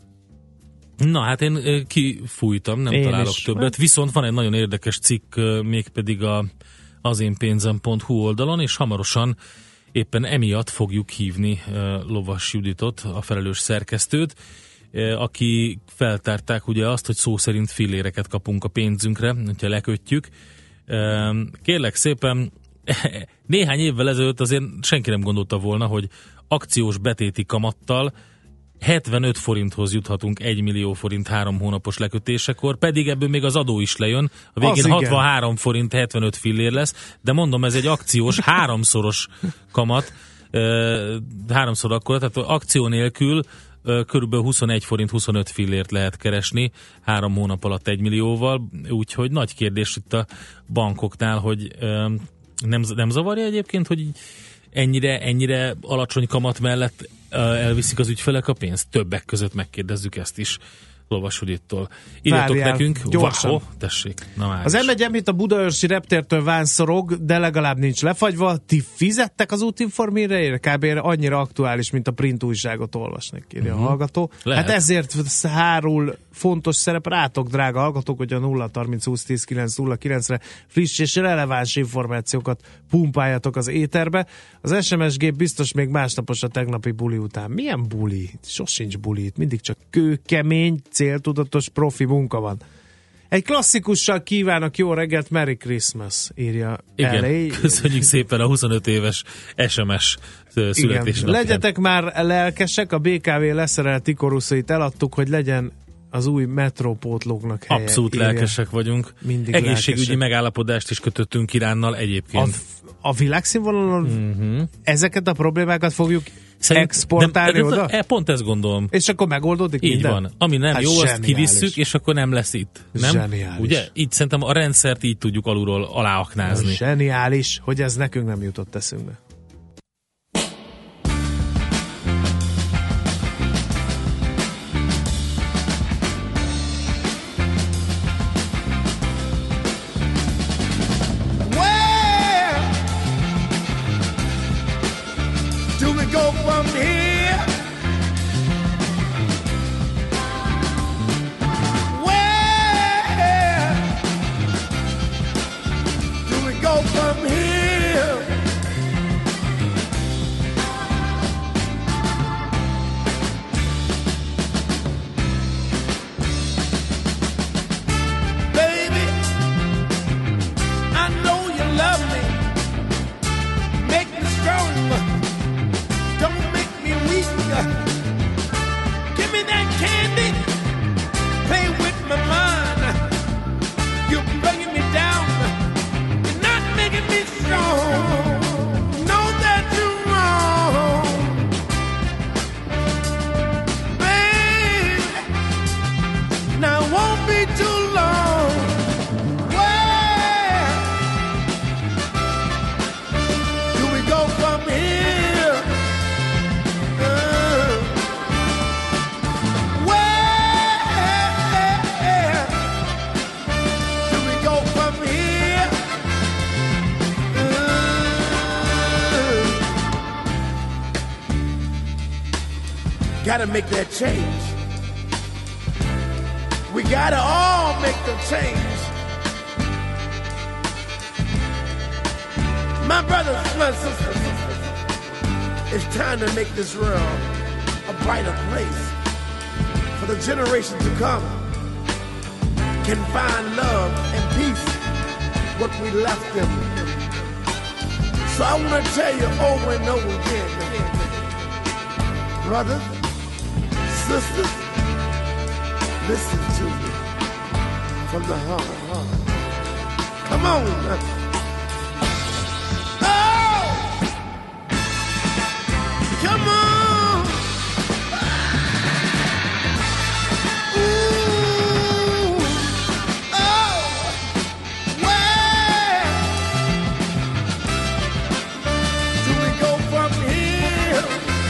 Na hát én kifújtam, nem én találok is többet, viszont van egy nagyon érdekes cikk, mégpedig a azénpénzem pont hu oldalon, és hamarosan éppen emiatt fogjuk hívni Lovas Juditot, a felelős szerkesztőt, aki feltárták ugye azt, hogy szó szerint filléreket kapunk a pénzünkre, hogyha lekötjük. Kérlek szépen, néhány évvel ezelőtt azért senki nem gondolta volna, hogy akciós betéti kamattal hetvenöt forinthoz juthatunk egy millió forint három hónapos lekötésekor, pedig ebből még az adó is lejön. A végén hatvanhárom forint hetvenöt fillér lesz, de mondom, ez egy akciós, háromszoros kamat, háromszor akkor, tehát akció nélkül körülbelül huszonegy forint huszonöt fillért lehet keresni három hónap alatt egy millióval, úgyhogy nagy kérdés itt a bankoknál, hogy nem, nem zavarja egyébként, hogy ennyire, ennyire alacsony kamat mellett elviszik az ügyfelek a pénzt? Többek között megkérdezzük ezt is Lovas Judittól. Írjatok nekünk, gyorsan. Vahó, tessék. Na, az em egy említ a Budaörsi reptértől vánszorog, de legalább nincs lefagyva. Ti fizettek az útinformérre? Kb. Annyira aktuális, mint a print újságot olvasni, írja uh-huh. a hallgató. Lehet. Hát ezért hárul fontos szerep rátok, drága hallgatók, hogy a nulla harminc húsz tíz kilenc nulla kilencre friss és releváns információkat pumpáljatok az éterbe. Az es em es gép biztos még másnapos a tegnapi buli után. Milyen buli? Sosincs buli, mindig csak kőkemény, céltudatos profi munka van. Egy klasszikussal kívánok jó reggelt, Merry Christmas, írja igen, elé. Köszönjük szépen a huszonöt éves es em es születésnapján. Legyetek már lelkesek, a bé ká vé leszerelt Icoruszait eladtuk, hogy legyen az új metrópótlóknak helye. Abszolút írja. Lelkesek vagyunk. Mindig egészségügyi lelkesek. Megállapodást is kötöttünk Iránnal egyébként. A, a világszínvonalon uh-huh. ezeket a problémákat fogjuk Szerint, exportálni de, de, oda? De, pont ezt gondolom. És akkor megoldódik így minden? van. Ami nem hát jó, zseniális. Azt kivisszük, és akkor nem lesz itt. Nem? Zseniális. Ugye? Így szerintem a rendszert így tudjuk alulról aláaknázni. Zseniális, hogy ez nekünk nem jutott eszünkbe. Gotta make that change. We gotta all make the change. My brothers, my sisters, it's time to make this world a brighter place for the generation to come can find love and peace what we left them. So I want to tell you over and over again, brothers, sisters, listen to me from the heart. Come on. Oh! Come on. Ooh. Oh! Where do we go from here?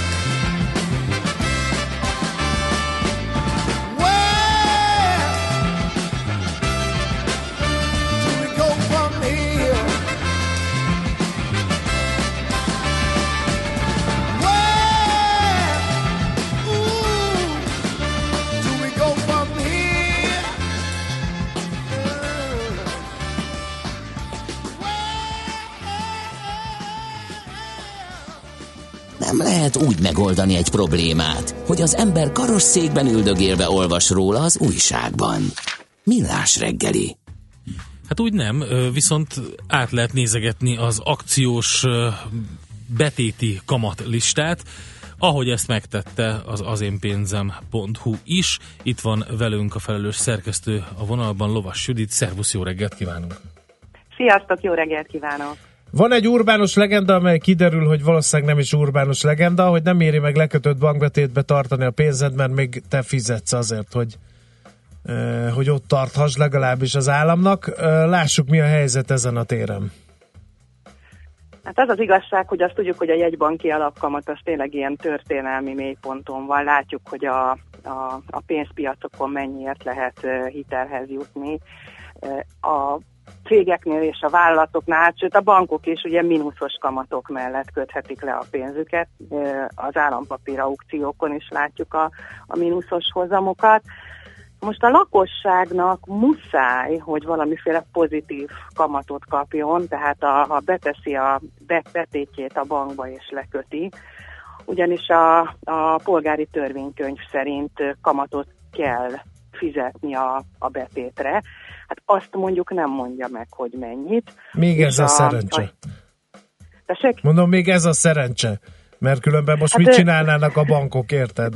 Nem lehet úgy megoldani egy problémát, hogy az ember karosszékben üldögélve olvas róla az újságban. Millás reggeli. Hát úgy nem, viszont át lehet nézegetni az akciós betéti kamatlistát, ahogy ezt megtette az azénpénzem pont hu is. Itt van velünk a felelős szerkesztő a vonalban, Lovas Judit. Szervusz, jó reggelt kívánunk! Sziasztok, jó reggelt kívánok! Van egy urbánus legenda, amely kiderül, hogy valószínűleg nem is urbánus legenda, hogy nem éri meg lekötött bankbetétbe tartani a pénzed, mert még te fizetsz azért, hogy, hogy ott tarthass legalábbis az államnak. Lássuk, mi a helyzet ezen a téren. Hát az az igazság, hogy azt tudjuk, hogy a jegybanki alapkamat az tényleg ilyen történelmi mélyponton van. Látjuk, hogy a a, a pénzpiacokon mennyiért lehet hitelhez jutni. A cégeknél és a vállalatoknál, sőt a bankok is ugye mínuszos kamatok mellett köthetik le a pénzüket. Az állampapír aukciókon is látjuk a, a mínuszos hozamokat. Most a lakosságnak muszáj, hogy valamiféle pozitív kamatot kapjon, tehát a, ha beteszi a betétjét a bankba és leköti, ugyanis a, a polgári törvénykönyv szerint kamatot kell fizetni a, a betétre. Hát azt mondjuk nem mondja meg, hogy mennyit. Még ez a, a szerencse. A... Mondom, még ez a szerencse. Mert különben most hát, mit csinálnának a bankok, érted?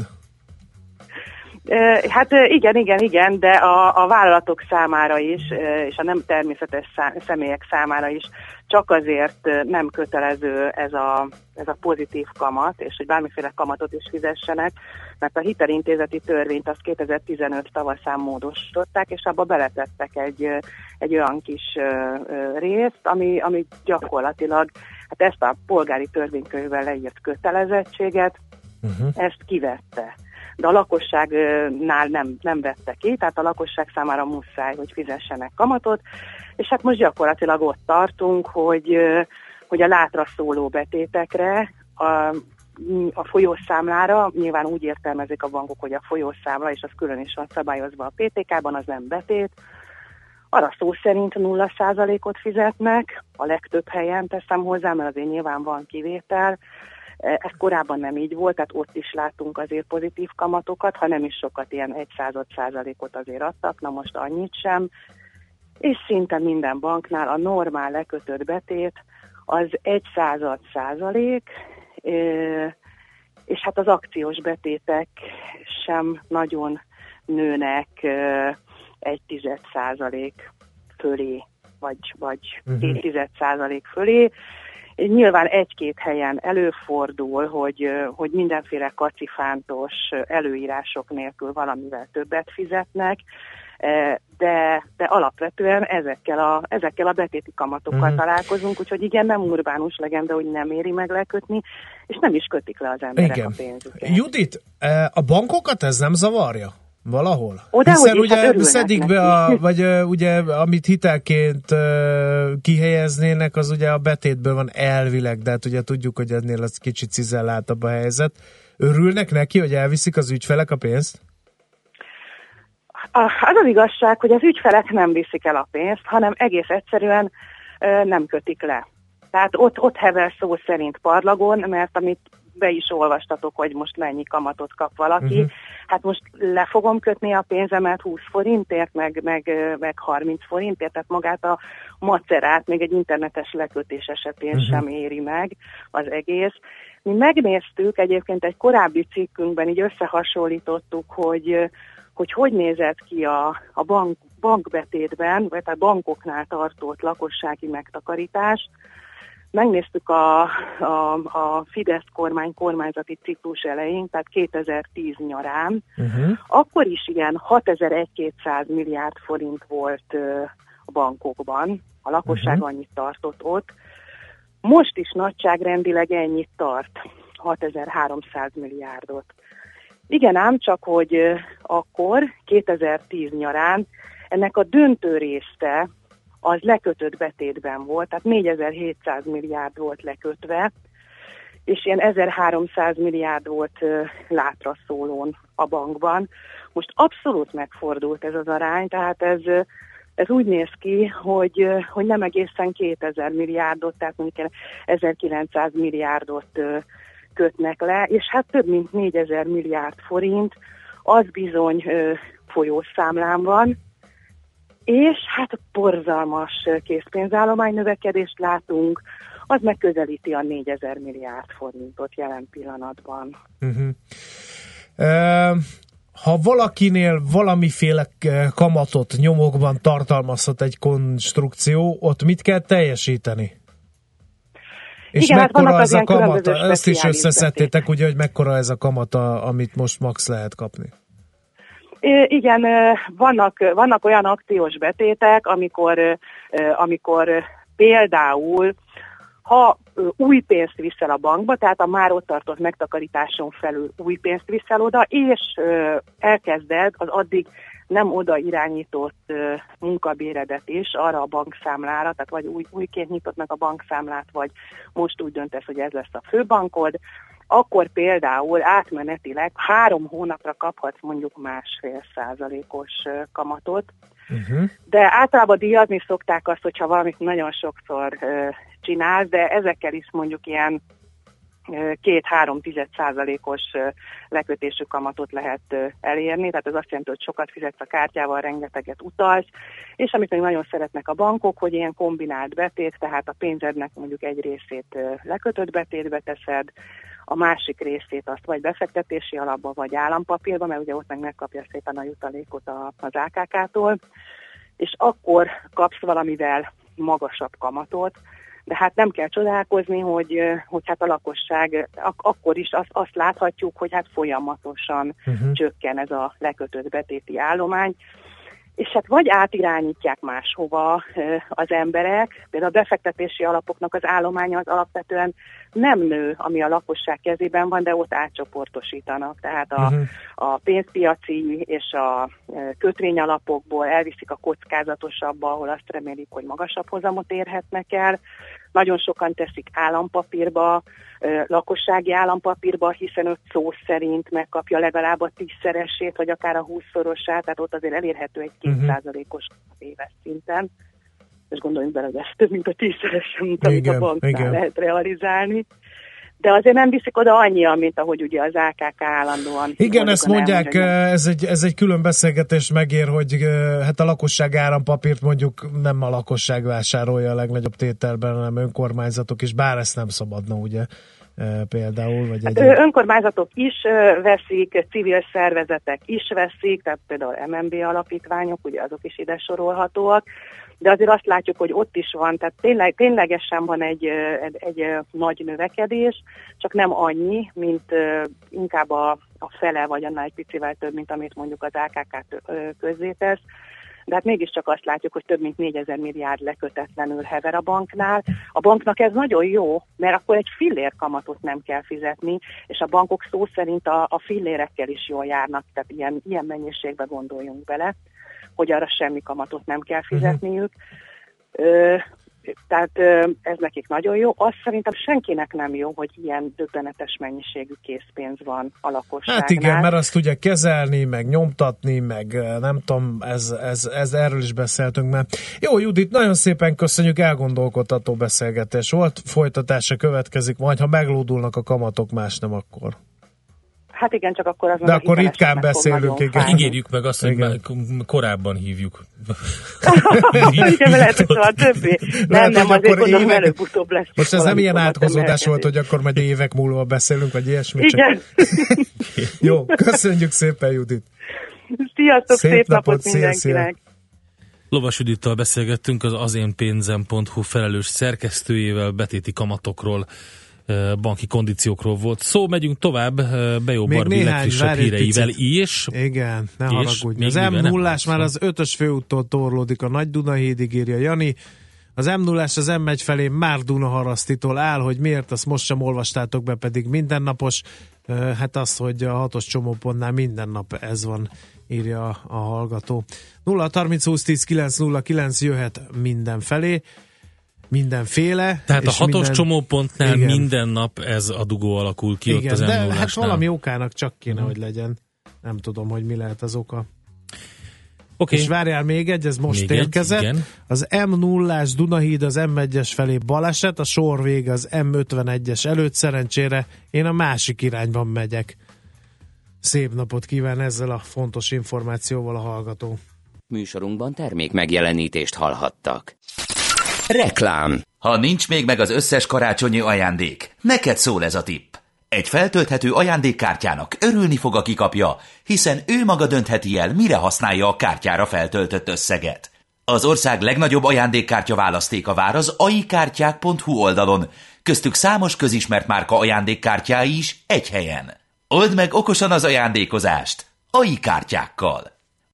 Hát igen, igen, igen, de a, a vállalatok számára is, és a nem természetes szá, személyek számára is csak azért nem kötelező ez a, ez a pozitív kamat, és hogy bármiféle kamatot is fizessenek, mert a hitelintézeti törvényt azt kétezer-tizenöt tavaszán módosították, és abba beletettek egy, egy olyan kis részt, ami, ami gyakorlatilag hát ezt a polgári törvénykönyvben leírt kötelezettséget, uh-huh. ezt kivette. De a lakosságnál nem, nem vette ki, tehát a lakosság számára muszáj, hogy fizessenek kamatot, és hát most gyakorlatilag ott tartunk, hogy, hogy a látra szóló betétekre, a, a folyószámlára, nyilván úgy értelmezik a bankok, hogy a folyószámla, és az külön is van szabályozva a pé té ká-ban, az nem betét, arra szó szerint nulla százalékot fizetnek, a legtöbb helyen teszem hozzá, mert azért nyilván van kivétel. Ez korábban nem így volt, tehát ott is látunk azért pozitív kamatokat, ha nem is sokat, ilyen egy század százalékot azért adtak, na most annyit sem. És szinte minden banknál a normál lekötött betét az egy század százalék, és hát az akciós betétek sem nagyon nőnek egy tized százalék fölé, vagy, vagy uh-huh. két tized százalék fölé. Nyilván egy-két helyen előfordul, hogy, hogy mindenféle kacifántos előírások nélkül valamivel többet fizetnek, de, de alapvetően ezekkel a, ezekkel a betéti kamatokkal mm. találkozunk, úgyhogy igen, nem urbánus legenda, hogy nem éri meg lekötni, és nem is kötik le az emberek igen. a pénzüket. Judit, a bankokat ez nem zavarja? Valahol? Oda, hiszen ugye hát szedik be, a, vagy ugye amit hitelként uh, kihelyeznének, az ugye a betétből van elvileg, de hát ugye tudjuk, hogy ennél az kicsit cizelláltabb a helyzet. Örülnek neki, hogy elviszik az ügyfelek a pénzt? Az az igazság, hogy az ügyfelek nem viszik el a pénzt, hanem egész egyszerűen uh, nem kötik le. Tehát ott, ott hever szó szerint parlagon, mert amit be is olvastatok, hogy most mennyi kamatot kap valaki. Uh-huh. Hát most le fogom kötni a pénzemet húsz forintért, meg, meg, meg harminc forintért, tehát magát a macerát még egy internetes lekötés esetén uh-huh. sem éri meg az egész. Mi megnéztük, egyébként egy korábbi cikkünkben így összehasonlítottuk, hogy hogy, hogy nézett ki a, a bank, bankbetétben, vagy a bankoknál tartott lakossági megtakarítás. Megnéztük a, a, a Fidesz kormány kormányzati ciklus elején, tehát kétezer-tíz nyarán, uh-huh. akkor is ilyen hatezer-kétszáz milliárd forint volt uh, a bankokban, a lakosság uh-huh. annyit tartott ott. Most is nagyságrendileg ennyit tart, hatezer-háromszáz milliárdot. Igen ám, csak hogy uh, akkor, kétezer-tíz nyarán ennek a döntő része az lekötött betétben volt, tehát négyezer-hétszáz milliárd volt lekötve, és ilyen ezerháromszáz milliárd volt uh, látra szólón a bankban. Most abszolút megfordult ez az arány, tehát ez, uh, ez úgy néz ki, hogy, uh, hogy nem egészen kétezer milliárdot, tehát mondjuk ezerkilencszáz milliárdot uh, kötnek le, és hát több mint négyezer milliárd forint, az bizony uh, folyószámlán van, és hát borzalmas készpénzállomány növekedést látunk, az megközelíti a négyezer milliárd forintot jelen pillanatban. Uh-huh. Uh, ha valakinél valamiféle kamatot nyomokban tartalmazhat egy konstrukció, ott mit kell teljesíteni? És igen, mekkora hát az a kamata? Ezt is összeszedtétek, ugye, hogy mekkora ez a kamata, amit most max lehet kapni? Igen, vannak, vannak olyan akciós betétek, amikor, amikor például Ha ö, új pénzt viszel a bankba, tehát a már ott tartott megtakarításon felül új pénzt viszel oda, és ö, elkezded az addig nem oda irányított ö, munkabéredet is arra a bankszámlára, tehát vagy új, újként nyitott meg a bankszámlát, vagy most úgy döntesz, hogy ez lesz a főbankod, akkor például átmenetileg három hónapra kaphatsz mondjuk másfél százalékos ö, kamatot, uh-huh. de általában díjazni szokták azt, hogyha valamit nagyon sokszor ö, csinál, de ezekkel is mondjuk ilyen két-három tized százalékos lekötésű kamatot lehet elérni, tehát ez azt jelenti, hogy sokat fizetsz a kártyával, rengeteget utalsz, és amit még nagyon szeretnek a bankok, hogy ilyen kombinált betét, tehát a pénzednek mondjuk egy részét lekötött betétbe teszed, a másik részét azt vagy befektetési alapba, vagy állampapírba, mert ugye ott meg megkapja szépen a jutalékot az á ká ká-tól, és akkor kapsz valamivel magasabb kamatot, de hát nem kell csodálkozni, hogy, hogy hát a lakosság ak- akkor is azt, azt láthatjuk, hogy hát folyamatosan uh-huh. csökken ez a lekötött betéti állomány, és hát vagy átirányítják máshova az emberek, például a befektetési alapoknak az állománya az alapvetően nem nő, ami a lakosság kezében van, de ott átcsoportosítanak. Tehát a, uh-huh. a pénzpiaci és a kötvényalapokból elviszik a kockázatosabba, ahol azt remélik, hogy magasabb hozamot érhetnek el. Nagyon sokan teszik állampapírba, lakossági állampapírba, hiszen öt szó szerint megkapja legalább a tízszeresét, vagy akár a húszszorosát, tehát ott azért elérhető egy két százalékos éves szinten. És gondoljunk bele, hogy ez több, mint a tízszeresen, mint amit a banknál lehet realizálni. De azért nem viszik oda annyian, mint ahogy ugye az á ká ká állandóan. Igen, ezt mondják, elmondja, ez egy, ez egy külön beszélgetés megér, hogy hát a lakosság állampapírt mondjuk nem a lakosság vásárolja a legnagyobb tételben, hanem önkormányzatok is, bár ezt nem szabadna, ugye, például. Vagy hát egy... Önkormányzatok is veszik, civil szervezetek is veszik, tehát például em en bé alapítványok, ugye azok is ide sorolhatóak, de azért azt látjuk, hogy ott is van, tehát tényleg, ténylegesen van egy, egy, egy nagy növekedés, csak nem annyi, mint inkább a, a fele, vagy annál egy picivel több, mint amit mondjuk az á ká ká közzétesz. De hát mégiscsak azt látjuk, hogy több mint négyezer milliárd lekötetlenül hever a banknál. A banknak ez nagyon jó, mert akkor egy fillér kamatot nem kell fizetni, és a bankok szó szerint a, a fillérekkel is jól járnak, tehát ilyen, ilyen mennyiségbe gondoljunk bele, hogy arra semmi kamatot nem kell fizetniük. Ö, tehát ö, ez nekik nagyon jó. Azt szerintem senkinek nem jó, hogy ilyen döbbenetes mennyiségű készpénz van a lakosságnál. Hát igen, mert azt tudja kezelni, meg nyomtatni, meg nem tudom, ez, ez, ez erről is beszéltünk már. Jó, Judit, nagyon szépen köszönjük, elgondolkodtató beszélgetés volt, folytatása következik, majd ha meglódulnak a kamatok, más nem akkor. Hát igen, csak akkor az de akkor ritkán beszélünk, igen. Ígérjük meg azt, hogy igen. korábban hívjuk. Igen, lehet, hogy szóval többé. Nem, nem, azért gondolom előbb-utóbb lesz. Most ez nem ilyen átkozódás volt, hogy akkor majd évek múlva beszélünk, vagy ilyesmi. Igen. Csak... Jó, köszönjük szépen, Judit. Sziasztok, szép, szép napot, napot mindenkinek. Lovas Judittal beszélgettünk, az azénpénzem pont hu felelős szerkesztőjével, betéti kamatokról, banki kondíciókról volt szó. Megyünk tovább Bejó Barbi legfrissebb híreivel is. Igen, ne haragudj. Az em nullás már az ötös főúttól torlódik a Nagy Dunahídig, írja Jani. Az em nullás az em egy felé már Dunaharasztitól áll, hogy miért, azt most sem olvastátok be, pedig mindennapos. Hát az, hogy a hatos csomópontnál minden nap ez van, írja a hallgató. nulla harminc húsz tíz kilenc nulla kilenc jöhet mindenfelé. Mindenféle. Tehát a hatos minden... csomópontnál igen. minden nap ez a dugó alakul ki, igen, ott az em nullásnál. De hát valami okának csak kéne, hmm. hogy legyen. Nem tudom, hogy mi lehet az oka. Okay. És várjál még egy, ez most még érkezett. Egy, az em nullás Dunahíd az em egyes felé baleset, a sor vége az em ötvenegyes előtt, szerencsére én a másik irányban megyek. Szép napot kíván ezzel a fontos információval a hallgató. Műsorunkban termék megjelenítést hallhattak. Reklám. Ha nincs még meg az összes karácsonyi ajándék, neked szól ez a tipp. Egy feltölthető ajándékkártyának örülni fog, aki kapja, hiszen ő maga döntheti el, mire használja a kártyára feltöltött összeget. Az ország legnagyobb ajándékkártya választéka vár az aikártyák pont hu oldalon, köztük számos közismert márka ajándékkártyái is egy helyen. Old meg okosan az ajándékozást, ai kártyákkal.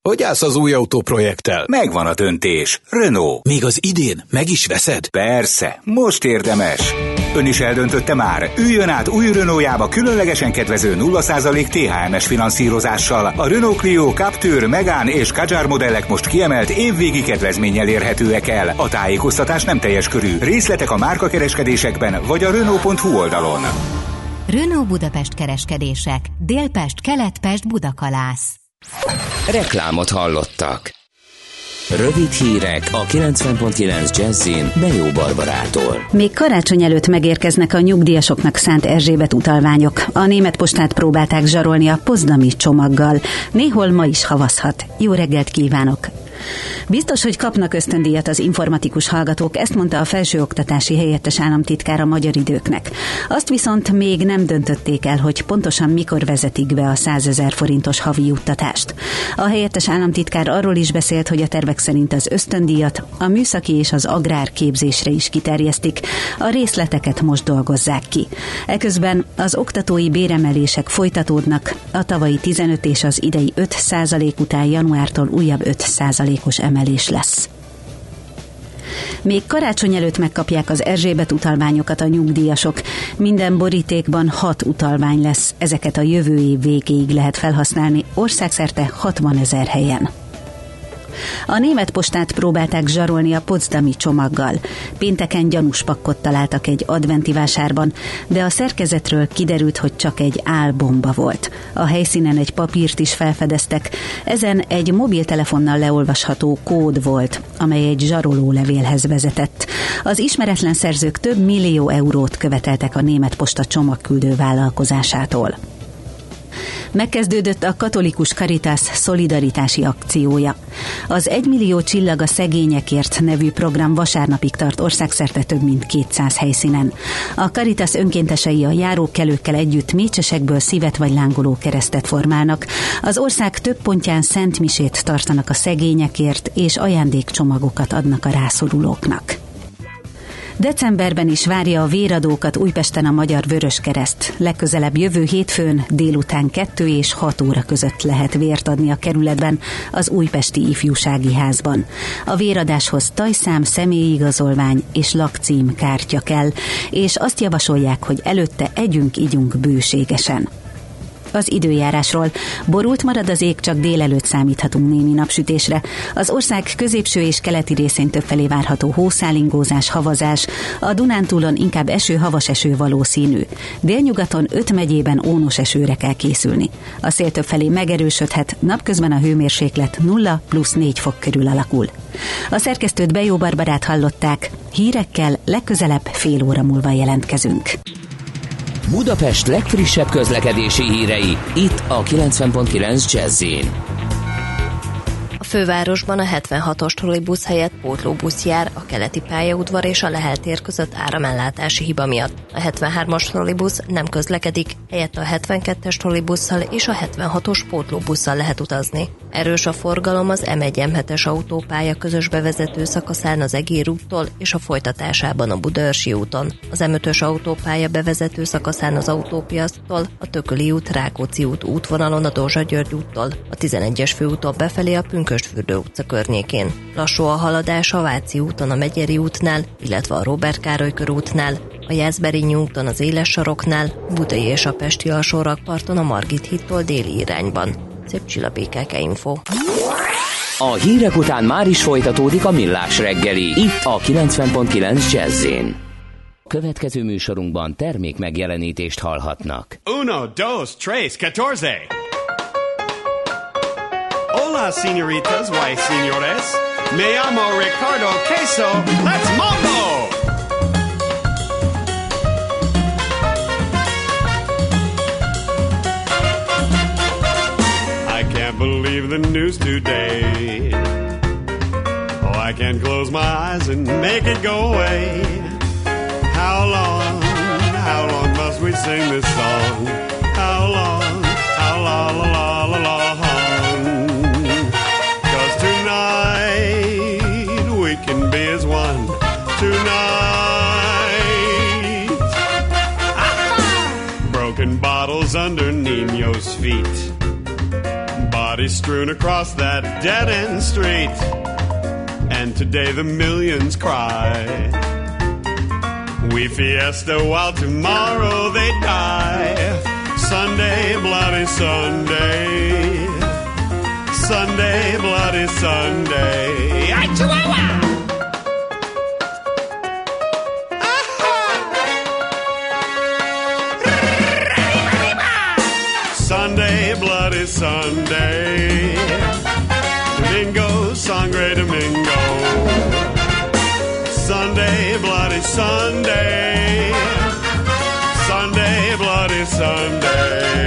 Hogy állsz az új autóprojekttel? Megvan a döntés. Renault. Még az idén meg is veszed? Persze, most érdemes. Ön is eldöntötte már. Üljön át új Renaultjába különlegesen kedvező nulla százalék té há em es finanszírozással. A Renault Clio, Captur, Megane és Kadjar modellek most kiemelt évvégi kedvezménnyel érhetőek el. A tájékoztatás nem teljes körű. Részletek a márkakereskedésekben vagy a Renault pont hu oldalon. Renault Budapest kereskedések. Délpest, Keletpest, Budakalász. Reklámot hallottak. Rövid hírek a kilencven pont kilenc Jazzin Bejó Barbarától. Még karácsony előtt megérkeznek a nyugdíjasoknak szánt Erzsébet utalványok. A német postát próbálták zsarolni a potsdami csomaggal. Néhol ma is havazhat. Jó reggelt kívánok! Biztos, hogy kapnak ösztöndíjat az informatikus hallgatók, ezt mondta a felsőoktatási helyettes államtitkár a Magyar Időknek. Azt viszont még nem döntötték el, hogy pontosan mikor vezetik be a százezer forintos havi juttatást. A helyettes államtitkár arról is beszélt, hogy a tervek szerint az ösztöndíjat a műszaki és az agrárképzésre is kiterjesztik. A részleteket most dolgozzák ki. Eközben az oktatói béremelések folytatódnak, a tavalyi tizenöt és az idei öt százalék után januártól újabb öt százalékos emelés lesz. Még karácsony előtt megkapják az Erzsébet utalványokat a nyugdíjasok. Minden borítékban hat utalvány lesz, ezeket a jövő év végéig lehet felhasználni, országszerte hatvanezer helyen. A német postát próbálták zsarolni a potsdami csomaggal. Pénteken gyanús pakkot találtak egy adventi vásárban, de a szerkezetről kiderült, hogy csak egy álbomba volt. A helyszínen egy papírt is felfedeztek, ezen egy mobiltelefonnal leolvasható kód volt, amely egy zsaroló levélhez vezetett. Az ismeretlen szerzők több millió eurót követeltek a német posta csomagküldő vállalkozásától. Megkezdődött a katolikus Caritas szolidaritási akciója. Az egymillió csillag a szegényekért nevű program vasárnapig tart országszerte több mint kétszáz helyszínen. A Caritas önkéntesei a járókelőkkel együtt mécsesekből szívet vagy lángoló keresztet formálnak. Az ország több pontján szentmisét tartanak a szegényekért, és ajándékcsomagokat adnak a rászorulóknak. Decemberben is várja a véradókat Újpesten a Magyar Vöröskereszt. Legközelebb jövő hétfőn délután kettő és hat óra között lehet vért adni a kerületben, az Újpesti Ifjúsági Házban. A véradáshoz tajszám, személyigazolvány és lakcím kártya kell, és azt javasolják, hogy előtte együnk-igyunk bőségesen. Az időjárásról. Borult marad az ég, csak délelőtt számíthatunk némi napsütésre. Az ország középső és keleti részén többfelé várható hószálingózás, havazás. A Dunántúlon inkább eső-havas eső valószínű. Délnyugaton öt megyében ónos esőre kell készülni. A szél többfelé megerősödhet, napközben a hőmérséklet nulla plusz négy fok körül alakul. A szerkesztőt Bejó Barbarát hallották. Hírekkel legközelebb fél óra múlva jelentkezünk. Budapest legfrissebb közlekedési hírei, itt a kilencven pont kilenc Jazz-in. A fővárosban a hetvenhatos trollibusz helyett pótlóbusz jár a keleti pályaudvar és a Lehel tér között áramellátási hiba miatt. A hetvenhármas trollibusz nem közlekedik, helyett a hetvenkettes trollibusszal és a hetvenhatos pótlóbusszal lehet utazni. Erős a forgalom az em egy em hetes autópálya közös bevezető szakaszán az Egér úttól és a folytatásában a Budaörsi úton. Az em ötös autópálya bevezető szakaszán az Autópiasztól, a Tököli út, Rákóczi út útvonalon a Dózsa György úttól, a tizenegyes főúton befelé a Pünkösdfürdő utca környékén. Lassú a haladás a Váci úton a Megyeri útnál, illetve a Róbert Károly körútnál, a Jászberényi úton az Éles saroknál, Budai és a Pesti alsórakparton a Margit hídtól déli irányban. Szép csillabékeke info. A hírek után már is folytatódik a Millás reggeli, itt a kilencven pont kilenc Jazz-in. Következő műsorunkban termék megjelenítést hallhatnak. Uno, dos, tres, catorce. Hola, señoritas, why, señores? Me llamo Ricardo Queso. Let's mambo! I can't believe the news today. Oh, I can't close my eyes and make it go away. How long, how long must we sing this song? How long, how long, la, la, la, la, long? 'Cause tonight we can be as one. Tonight, ah! Broken bottles under Nino's feet. But bodies strewn across that dead-end street, and today the millions cry. We fiesta while tomorrow they die. Sunday, bloody Sunday. Sunday, bloody Sunday. Ay, Chihuahua! Sunday, bloody Sunday. Domingo, sangre Domingo. Sunday, bloody Sunday. Sunday, bloody Sunday.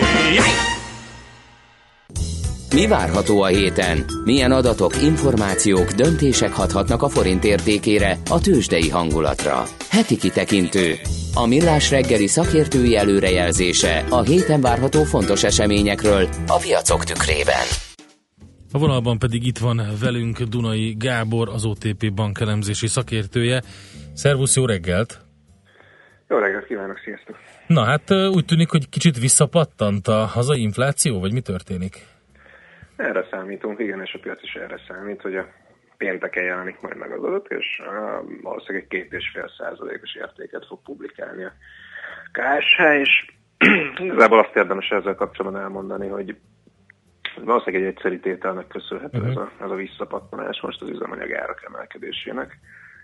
Mi várható a héten? Milyen adatok, információk, döntések hathatnak a forint értékére, a tőzsdei hangulatra? Heti kitekintő. A Millás reggeli szakértői előrejelzése a héten várható fontos eseményekről a piacok tükrében. A vonalban pedig itt van velünk Dunai Gábor, az o té pé bankelemzési szakértője. Szervusz, jó reggelt! Jó reggelt kívánok, sziasztok! Na hát úgy tűnik, hogy kicsit visszapattant a hazai infláció, vagy mi történik? Erre számítunk, igen, és a piac is erre számít, hogy a pénteken jelenik majd meg az adat, és uh, valószínűleg egy két és fél százalékos értéket fog publikálni a ká es há, és igazából azt érdemes ezzel kapcsolatban elmondani, hogy valószínűleg egy egyszerű tételnek köszönhető uh-huh. ez, a, ez a visszapattanás most az üzemanyag árak emelkedésének.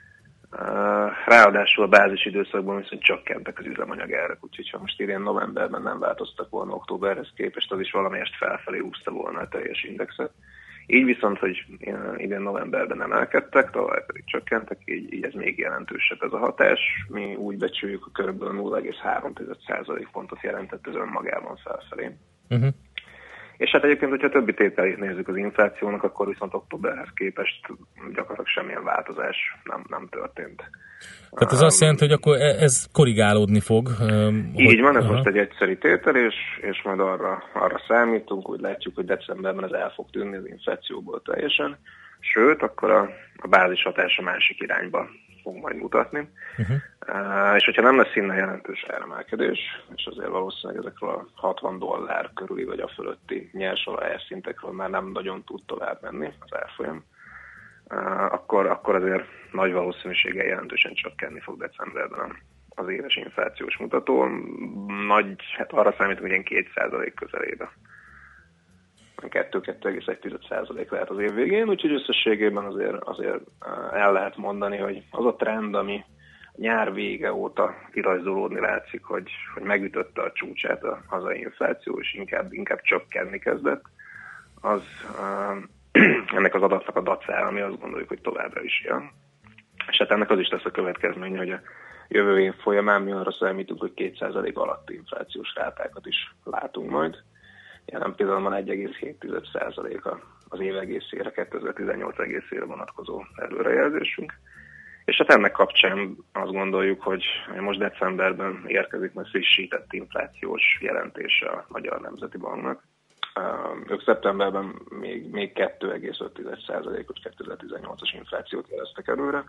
Uh, ráadásul a bázis időszakban viszont csökkentek az üzemanyag árak, úgyhogy ha most idén novemberben nem változtak volna októberhez képest, az is valamelyest felfelé húzta volna a teljes indexet. Így viszont, hogy idén novemberben emelkedtek, tavaly pedig csökkentek, így, így ez még jelentősebb ez a hatás. Mi úgy becsüljük, hogy kb. nulla egész három százalékpontot jelentett ez önmagában felfelé. Uh-huh. És hát egyébként, hogyha többi tételét nézzük az inflációnak, akkor viszont októberhez képest gyakorlatilag semmilyen változás nem, nem történt. Tehát ez um, azt jelenti, hogy akkor ez korrigálódni fog? Um, így hogy, van, ez aha. most egy egyszeri tétel, és, és majd arra, arra számítunk, úgy látjuk, hogy decemberben ez el fog tűnni az inflációból teljesen. Sőt, akkor a, a bázis hatása másik irányba fog majd mutatni. Uh-huh. Uh, és hogyha nem lesz innen jelentős áremelkedés, és azért valószínűleg ezekről a hatvan dollár körüli vagy a fölötti nyersolaj szintekről már nem nagyon tud tovább menni az árfolyam, uh, akkor, akkor azért nagy valószínűséggel jelentősen csökkenni fog decemberben az éves inflációs mutató. Nagy, hát arra számítunk, hogy ilyen két százalék közelébe. kettő-kettő egész egy százalék lehet az év végén, úgyhogy összességében azért, azért el lehet mondani, hogy az a trend, ami nyár vége óta kirajzolódni látszik, hogy, hogy megütötte a csúcsát a hazai infláció, és inkább, inkább csökkenni kezdett, az uh, ennek az adatnak a dacára, ami azt gondoljuk, hogy továbbra is jön. És hát ennek az is lesz a következménye, hogy a jövő év folyamán mi arra számítunk, hogy két százalék alatti inflációs rátákat is látunk majd. Jelen pillanatban egy egész hét százalék az év egészére, kétezer-tizennyolc egészére vonatkozó előrejelzésünk. És hát ennek kapcsán azt gondoljuk, hogy most decemberben érkezik majd frissített inflációs jelentése a Magyar Nemzeti Banknak. Ők szeptemberben még, még kettő egész öt százalékos kétezer-tizennyolcas inflációt jeleztek előre.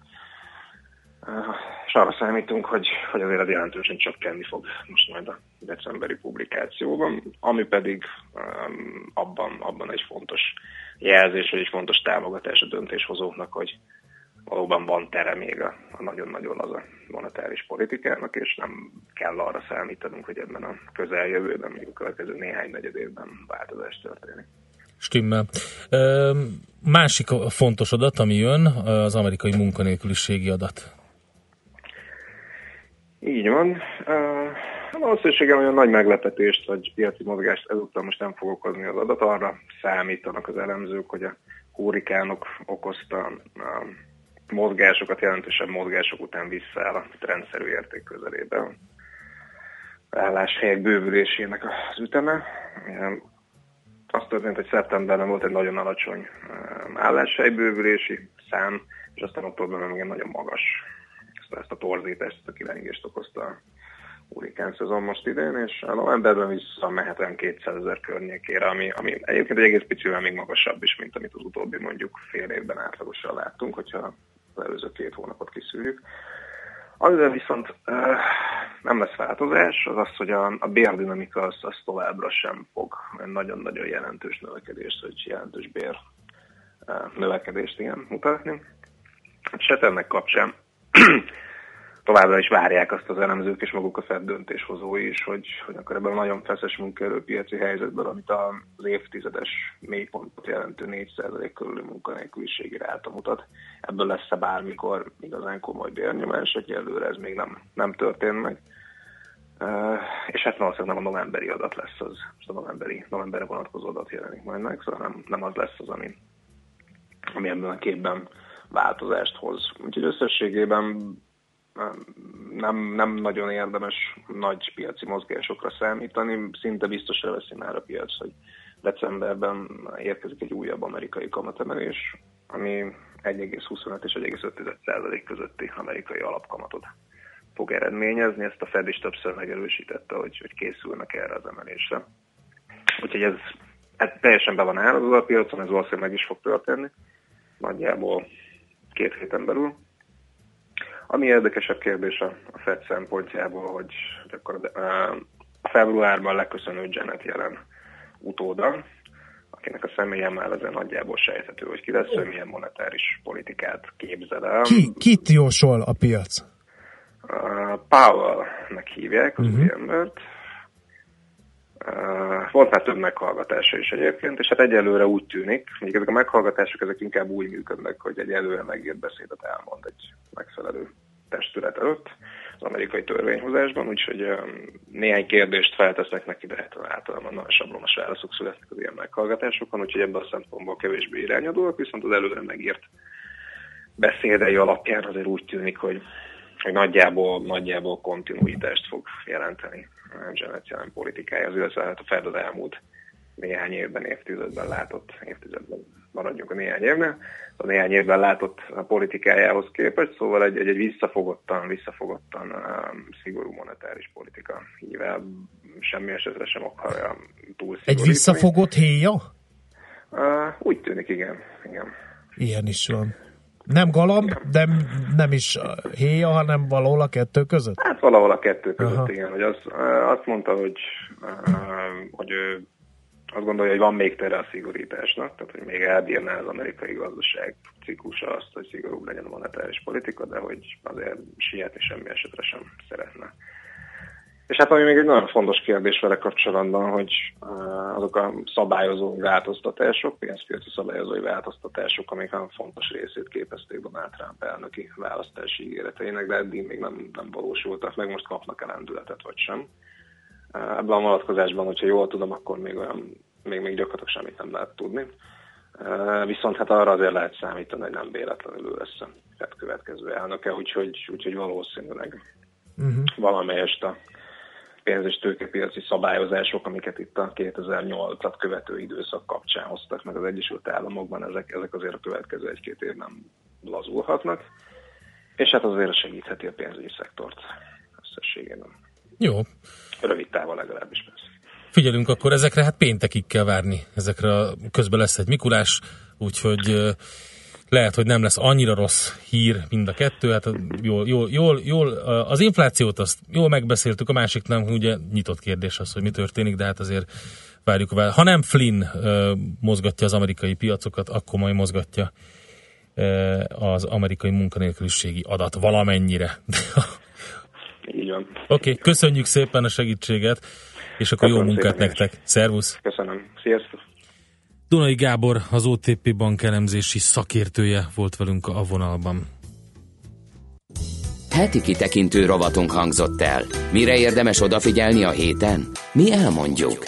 És arra számítunk, hogy, hogy azért ez jelentősen csökkenni fog most majd a decemberi publikációban, ami pedig um, abban, abban egy fontos jelzés, vagy egy fontos támogatás a döntéshozóknak, hogy valóban van tere még a, a nagyon-nagyon laza monetáris politikának, és nem kell arra számítanunk, hogy ebben a közeljövőben, még a következő néhány negyed évben változás történik. Stimmel. Másik fontos adat, ami jön, az amerikai munkanélküliségi adat. Így van. Uh, valószínűséggel olyan nagy meglepetést, vagy piaci mozgást ezúttal most nem fog okozni az adat. Arra számítanak az elemzők, hogy a hurrikánok okozta uh, mozgásokat, jelentősebb mozgások után visszaáll a rendszerű érték közelébe. Álláshelyek bővülésének az üteme. Azt történt, hogy szeptemberben volt egy nagyon alacsony uh, álláshelybővülési szám, és aztán októberben még nagyon magas. Ezt a torzítást, ezt a kilengést okozta a hurrikán szezon most idén, és a novemberben visszamehetem kétszázezer környékére, ami, ami egyébként egy egész picivel még magasabb is, mint amit az utóbbi mondjuk fél évben átlagosan láttunk, hogyha az előző két hónapot kiszűrjük. Amivel viszont uh, nem lesz változás, az az, hogy a, a bérdinamika az, az továbbra sem fog nagyon-nagyon jelentős növekedést, vagy jelentős bér uh, növekedést igen, mutatni. Se ennek kapcsán továbbra is várják azt az elemzők és maguk a Fed döntéshozói is, hogy, hogy akkor ebben a nagyon feszes munkaerőpiaci helyzetben, amit az évtizedes mélypontot jelentő négy százalék körüli munkanélküliségi ráta mutat, ebből lesz-e bármikor igazán komoly bérnyomás, hogy előre ez még nem, nem történt meg. Uh, és hát valószínűleg nem a novemberi adat lesz az, a novemberi, novemberre vonatkozó adat jelenik majd meg, szóval nem, nem az lesz az, ami, ami ebben a képben változást hoz. Úgyhogy összességében nem, nem nagyon érdemes nagy piaci mozgásokra számítani. Szinte biztosra veszi már a piac, hogy decemberben érkezik egy újabb amerikai kamatemelés, ami egy egész huszonöt és egy egész öt százalék közötti amerikai alapkamatot fog eredményezni. Ezt a Fed is többször megerősítette, hogy, hogy készülnek erre az emelésre. Úgyhogy ez, ez teljesen be van árazva a piacon, ez valószínűleg meg is fog történni. Nagyjából két héten belül. Ami érdekesebb kérdés a Fed szempontjából, hogy, hogy akkor a februárban leköszönő Janet Yellen utóda, akinek a személye már ezen nagyjából sejthető, hogy ki lesz, hogy milyen monetáris politikát képzel el. Ki, kit jósol a piac? Uh, Powell-nek hívják az uh-huh. új embert. Uh, volt már több meghallgatása is egyébként, és hát egyelőre úgy tűnik, hogy ezek a meghallgatások ezek inkább úgy működnek, hogy egy előre megírt beszédet elmond egy megfelelő testület előtt az amerikai törvényhozásban, úgyhogy um, néhány kérdést feltesznek neki, de hát általában nagyon sablonos válaszok születnek az ilyen meghallgatásokon, úgyhogy ebben a szempontból kevésbé irányadóak, viszont az előre megírt beszédei alapján azért úgy tűnik, hogy, hogy nagyjából, nagyjából kontinuitást fog jelenteni Janet Yellen politikája, az illetve hát a Fed az elmúlt néhány évben, évtizedben látott, évtizedben maradjunk a néhány évnél, a néhány évben látott a politikájához képest, szóval egy, egy, egy visszafogottan, visszafogottan um, szigorú monetáris politika hível semmi esetre sem akarja túl szigorítani. Egy visszafogott héja? Uh, úgy tűnik, igen, igen. Ilyen is van. Nem galamb, de nem is héja, hanem valahol a kettő között? Hát valahol a kettő között, Aha. igen. Hogy az, azt mondta, hogy, hogy ő azt gondolja, hogy van még tere a szigorításnak, tehát hogy még elbírná az amerikai gazdaság ciklusa azt, hogy szigorúbb legyen a monetáris politika, de hogy azért sietni semmi esetre sem szeretne. És hát ami még egy nagyon fontos kérdés vele kapcsolatban, hogy azok a szabályozói változtatások, pénzpiaci szabályozói változtatások, amik nagyon fontos részét képezték Donald Trump elnöki választási ígéreteinek, de eddig még nem, nem valósultak meg, most kapnak-e lendületet vagy sem. Ebben a vonatkozásban, hogyha jól tudom, akkor még olyan, még, még gyakorlatilag semmit nem lehet tudni. Viszont hát arra azért lehet számítani, hogy nem véletlenül ő lesz a következő elnöke, úgyhogy, úgyhogy valószínűleg uh-huh. valamelyest a pénz- és tőkepiaci szabályozások, amiket itt a kétezer-nyolcat követő időszak kapcsán hoztak meg az Egyesült Államokban, ezek, ezek azért a következő egy-két évben lazulhatnak, és hát azért segítheti a pénzügyi szektort összességében. Jó. Rövid távon legalábbis persze. Figyelünk akkor ezekre, hát péntekig kell várni ezekre, közben lesz egy Mikulás, úgyhogy lehet, hogy nem lesz annyira rossz hír mind a kettő, hát jól, jól, jól, jól az inflációt azt jól megbeszéltük, a másik nem, ugye nyitott kérdés az, hogy mi történik, de hát azért várjuk. Ha nem Flynn mozgatja az amerikai piacokat, akkor majd mozgatja az amerikai munkanélküliségi adat valamennyire. Így van. Oké, okay, köszönjük szépen a segítséget, és akkor Köszönöm jó munkát nektek. Is. Szervusz! Köszönöm. Sziasztok! Dunai Gábor, az o té pé Bank elemzési szakértője volt velünk a vonalban. Heti kitekintő rovatunk hangzott el. Mire érdemes odafigyelni a héten? Mi elmondjuk.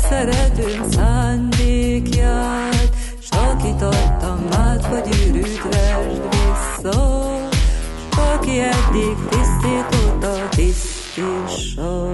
szeretőm szándékját, sakítottam át, hogy űrűt vesd vissza, s aki eddig tisztította, tisztíssa.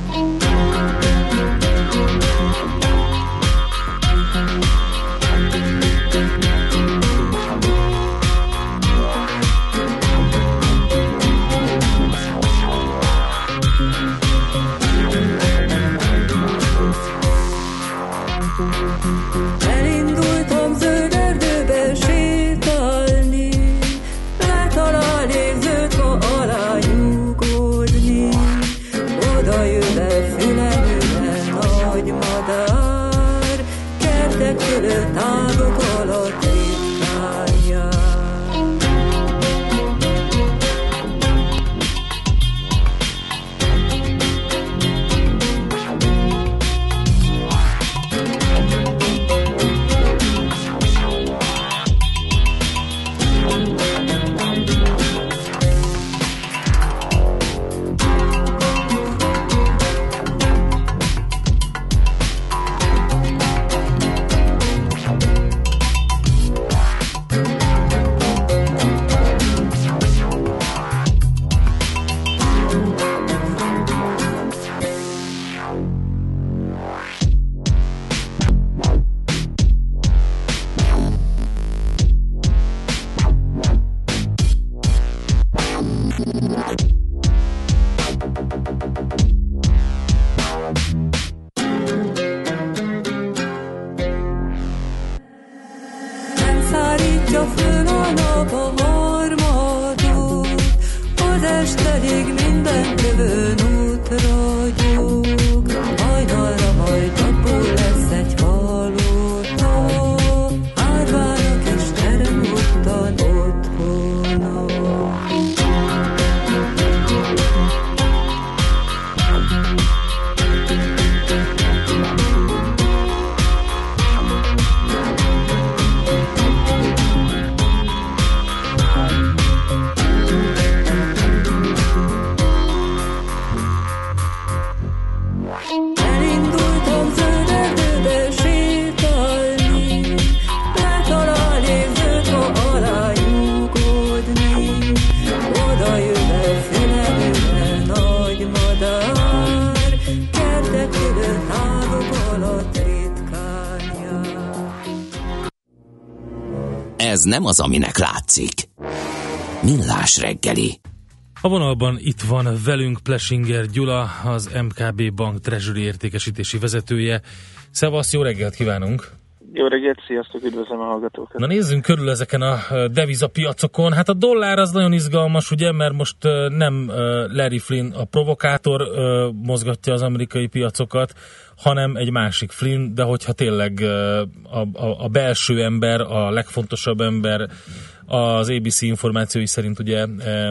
Elindultam zöld erdőbe sétálni, letalál égzőt ma alá nyugodni, oda jön-e füleműre nagy madár, kertek fölött ágok alatt ritkán jár. Ez nem az, aminek látszik. Millás reggeli. A vonalban itt van velünk Plesinger Gyula, az em ká bé Bank Treasury értékesítési vezetője. Szevasz, jó reggelt kívánunk! Jó reggelt, sziasztok, üdvözlöm a hallgatókat! Na nézzünk körül ezeken a devizapiacokon. Hát a dollár az nagyon izgalmas, ugye, mert most nem Larry Flynn, a provokátor mozgatja az amerikai piacokat, hanem egy másik Flynn, de hogyha tényleg a, a, a belső ember, a legfontosabb ember, az á bé cé információi szerint ugye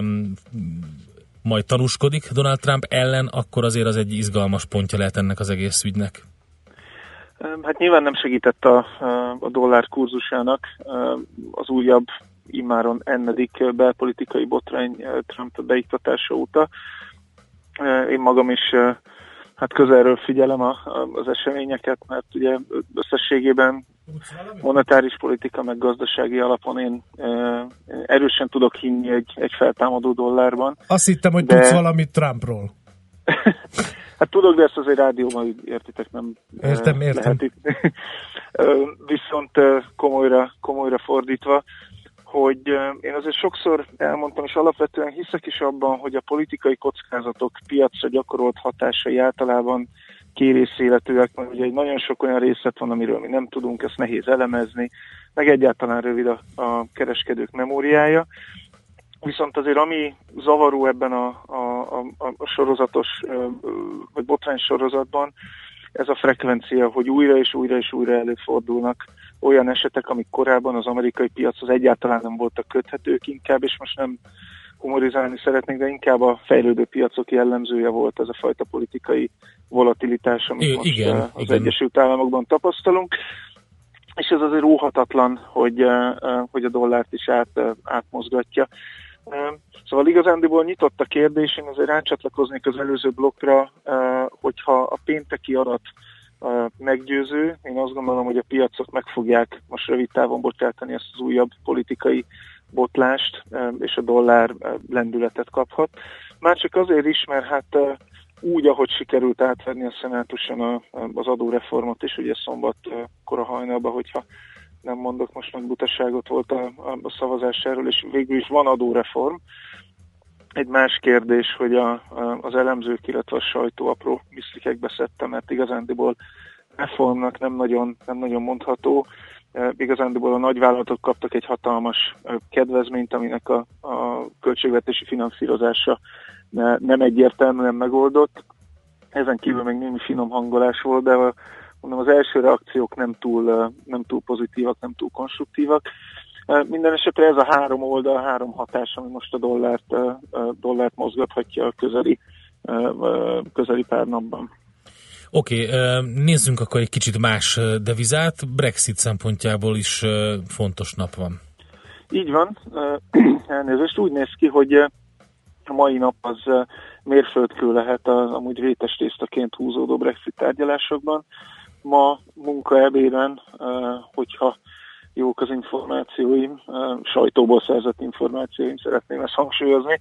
majd tanúskodik Donald Trump ellen, akkor azért az egy izgalmas pontja lehet ennek az egész ügynek. Hát nyilván nem segített a, a dollár kurzusának az újabb, immáron ennedik belpolitikai botrány Trump beiktatása óta. Én magam is hát közelről figyelem a, az eseményeket, mert ugye összességében monetáris politika meg gazdasági alapon én erősen tudok hinni egy, egy feltámadó dollárban. Azt hittem, hogy de... tudsz valamit Trumpról. Hát tudok, de ezt azért rádióban értitek, nem értem, értem. lehet itt. Viszont komolyra, komolyra fordítva, hogy én azért sokszor elmondtam, és alapvetően hiszek is abban, hogy a politikai kockázatok piacra gyakorolt hatásai általában kérészéletűek, mert ugye nagyon sok olyan részlet van, amiről mi nem tudunk, ezt nehéz elemezni, meg egyáltalán rövid a, a kereskedők memóriája. Viszont azért ami zavaró ebben a, a, a, a sorozatos, vagy botrány sorozatban, ez a frekvencia, hogy újra és újra és újra előfordulnak olyan esetek, amik korábban az amerikai piachoz egyáltalán nem voltak köthetők inkább, és most nem humorizálni szeretnék, de inkább a fejlődő piacok jellemzője volt ez a fajta politikai volatilitás, amit I- most igen, az igen. Egyesült Államokban tapasztalunk. És ez azért óhatatlan, hogy, hogy a dollárt is át, átmozgatja. Szóval igazándiból nyitott a kérdés, én azért rácsatlakoznék az előző blokkra, hogyha a pénteki adat meggyőző. Én azt gondolom, hogy a piacok meg fogják most rövid távon bocsátani ezt az újabb politikai botlást, és a dollár lendületet kaphat. Már csak azért is, mert hát úgy, ahogy sikerült átvenni a szenátuson az adóreformot is, ugye szombat kora hajnalban, hogyha nem mondok most nagy butaságot, volt a, a szavazás erről, és végül is van adóreform. Egy más kérdés, hogy a, a, az elemzők, illetve a sajtó apró misztikekbe szedte, mert igazándiból reformnak nem nagyon, nem nagyon mondható. E, igazándiból a nagyvállalatok kaptak egy hatalmas kedvezményt, aminek a, a költségvetési finanszírozása ne, nem egyértelműen megoldott. Ezen kívül még némi finom hangolás volt, de a, mondom, az első reakciók nem túl, nem túl pozitívak, nem túl konstruktívak. Minden esetre ez a három oldal, három hatás, ami most a dollárt, dollárt mozgathatja a közeli, közeli pár napban. Oké, okay, nézzünk akkor egy kicsit más devizát. Brexit szempontjából is fontos nap van. Így van. Elnézést, úgy néz ki, hogy a mai nap az mérföldkő lehet az amúgy vétes tésztaként húzódó Brexit tárgyalásokban. Ma munkaebéden, hogyha jók az információim, sajtóból szerzett információim, szeretném ezt hangsúlyozni,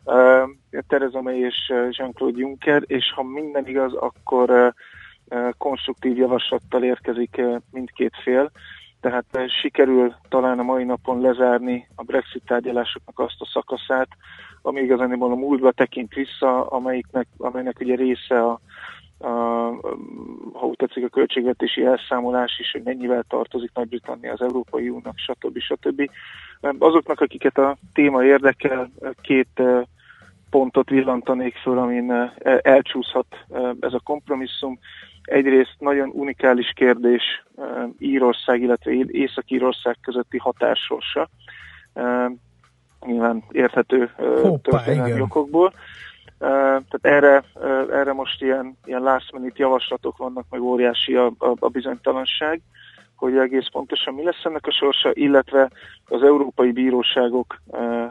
Theresa May és Jean-Claude Juncker, és ha minden igaz, akkor konstruktív javaslattal érkezik mindkét fél, tehát sikerül talán a mai napon lezárni a Brexit tárgyalásoknak azt a szakaszát, ami igazából a múltba tekint vissza, amelyiknek, amelynek ugye része a A, ha úgy tetszik, a költségvetési elszámolás is, hogy mennyivel tartozik Nagy-Britannia az Európai Uniónak, stb. stb. Azoknak, akiket a téma érdekel, két pontot villantanék föl, amin elcsúszhat ez a kompromisszum. Egyrészt nagyon unikális kérdés Írország, illetve Észak-Írország közötti határsorsa. Nyilván érthető történelmi okokból. Uh, tehát erre, uh, erre most ilyen, ilyen last minute javaslatok vannak, meg óriási a, a, a bizonytalanság, hogy egész pontosan mi lesz ennek a sorsa, illetve az európai bíróságok uh,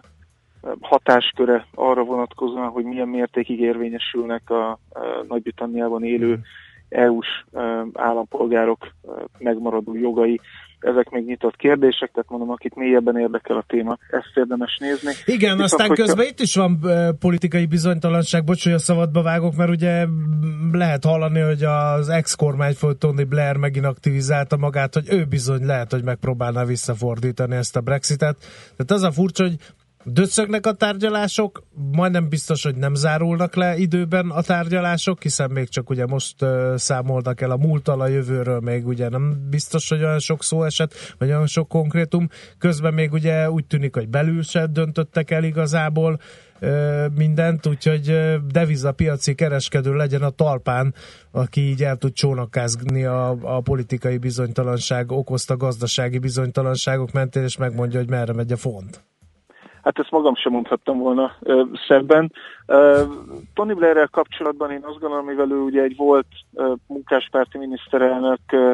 hatásköre arra vonatkozóan, hogy milyen mértékig érvényesülnek a, a Nagy-Britanniában élő é u-s uh, állampolgárok uh, megmaradó jogai. Ezek még nyitott kérdések, tehát mondom, akit mélyebben érdekel a téma, ezt érdemes nézni. Igen, viszont, aztán hogyha... közben itt is van uh, politikai bizonytalanság, bocs, hogy a szabadba vágok, mert ugye lehet hallani, hogy az ex-kormányfő Tony Blair megint aktivizálta magát, hogy ő bizony lehet, hogy megpróbálná visszafordítani ezt a Brexitet. Tehát az a furcsa, hogy döcögnek a tárgyalások, majdnem biztos, hogy nem zárulnak le időben a tárgyalások, hiszen még csak ugye most uh, számoltak el a múlttal, a jövőről még ugye nem biztos, hogy olyan sok szó esett, vagy olyan sok konkrétum. Közben még ugye úgy tűnik, hogy belül se döntöttek el igazából uh, mindent, úgyhogy uh, devizapiaci kereskedő legyen a talpán, aki így el tud csónakázni a, a politikai bizonytalanság okozta gazdasági bizonytalanságok mentén, és megmondja, hogy merre megy a font. Hát ezt magam sem mondhattam volna ö, szebben. Ö, Tony Blairrel kapcsolatban én azt gondolom, mivel ő ugye egy volt ö, munkáspárti miniszterelnök, ö,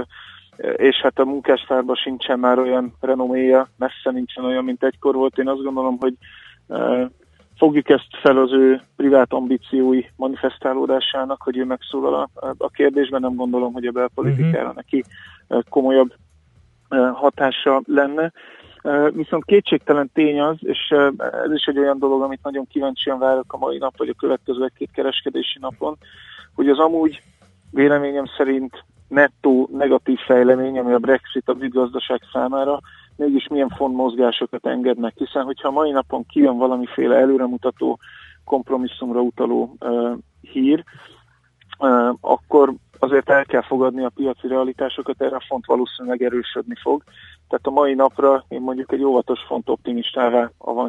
és hát a munkáspártban sincsen már olyan renoméja, messze nincsen olyan, mint egykor volt. Én azt gondolom, hogy ö, fogjuk ezt fel az ő privát ambíciói manifestálódásának, hogy ő megszólal a, a kérdésben. Nem gondolom, hogy a belpolitikára uh-huh. neki ö, komolyabb ö, hatása lenne. Viszont kétségtelen tény az, és ez is egy olyan dolog, amit nagyon kíváncsian várok a mai nap, vagy a következő két kereskedési napon, hogy az amúgy véleményem szerint nettó negatív fejlemény, ami a Brexit a brit gazdaság számára, mégis milyen fontmozgásokat engednek, hiszen hogyha a mai napon kijön valamiféle előremutató kompromisszumra utaló uh, hír, uh, akkor azért el kell fogadni a piaci realitásokat, erre a font valószínűleg erősödni fog. Tehát a mai napra én mondjuk egy óvatos font optimistává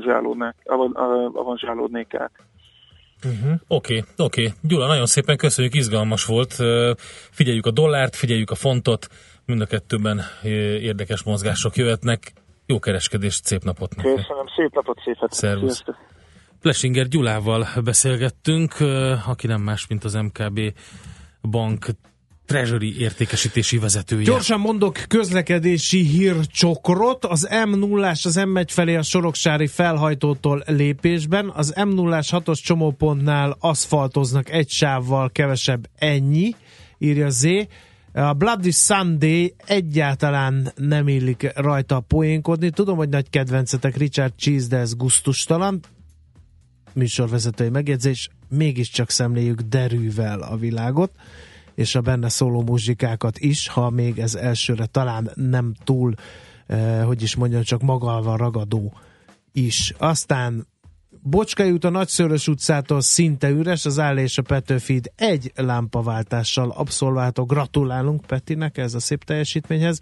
avanzsálódnék át. Uh-huh. Oké, okay, oké. Okay. Gyula, nagyon szépen köszönjük, izgalmas volt. Figyeljük a dollárt, figyeljük a fontot, mind a kettőben érdekes mozgások jöhetnek. Jó kereskedést, szép napot nektek. Köszönöm, szép napot, szép hetet. Szervusz. Plesinger Gyulával beszélgettünk, aki nem más, mint az em ká bé Bank Treasury értékesítési vezetője. Gyorsan mondok közlekedési hírcsokrot. Az em nullás az em egy felé a Soroksári felhajtótól lépésben. Az em nullás hatos csomópontnál aszfaltoznak egy sávval, kevesebb, ennyi, írja Z. A Bloody Sunday egyáltalán nem illik rajta poénkodni. Tudom, hogy nagy kedvencetek Richard Cheese, de ez gusztustalan. Műsorvezetői megjegyzés, mégiscsak szemléljük derűvel a világot, és a benne szóló muzsikákat is, ha még ez elsőre talán nem túl, eh, hogy is mondjam, csak magával ragadó is. Aztán Bocskai út a Nagyszőrös utcától szinte üres, az Áll és a Petőfid egy lámpaváltással abszolváltok. Gratulálunk Petinek ez a szép teljesítményhez.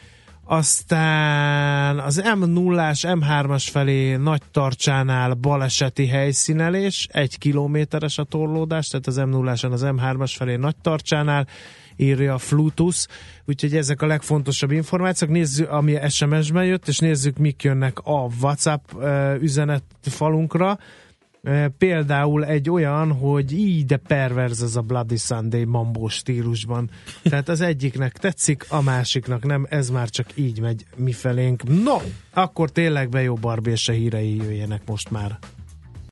Aztán az em nullás, em hármas felé Nagytarcsánál baleseti helyszínelés, egy kilométeres a torlódás, tehát az em nulláson az em hármas felé Nagytarcsánál, írja a Flutus, úgyhogy ezek a legfontosabb információk, nézzük, ami es em es-ben jött, és nézzük, mik jönnek a WhatsApp uh, üzenetfalunkra. Uh, például egy olyan, hogy így de perverz ez a Bloody Sunday mambó stílusban. Tehát az egyiknek tetszik, a másiknak nem, ez már csak így megy mifelénk. No, akkor tényleg be jó Barbie és a hírei jöjjenek most már.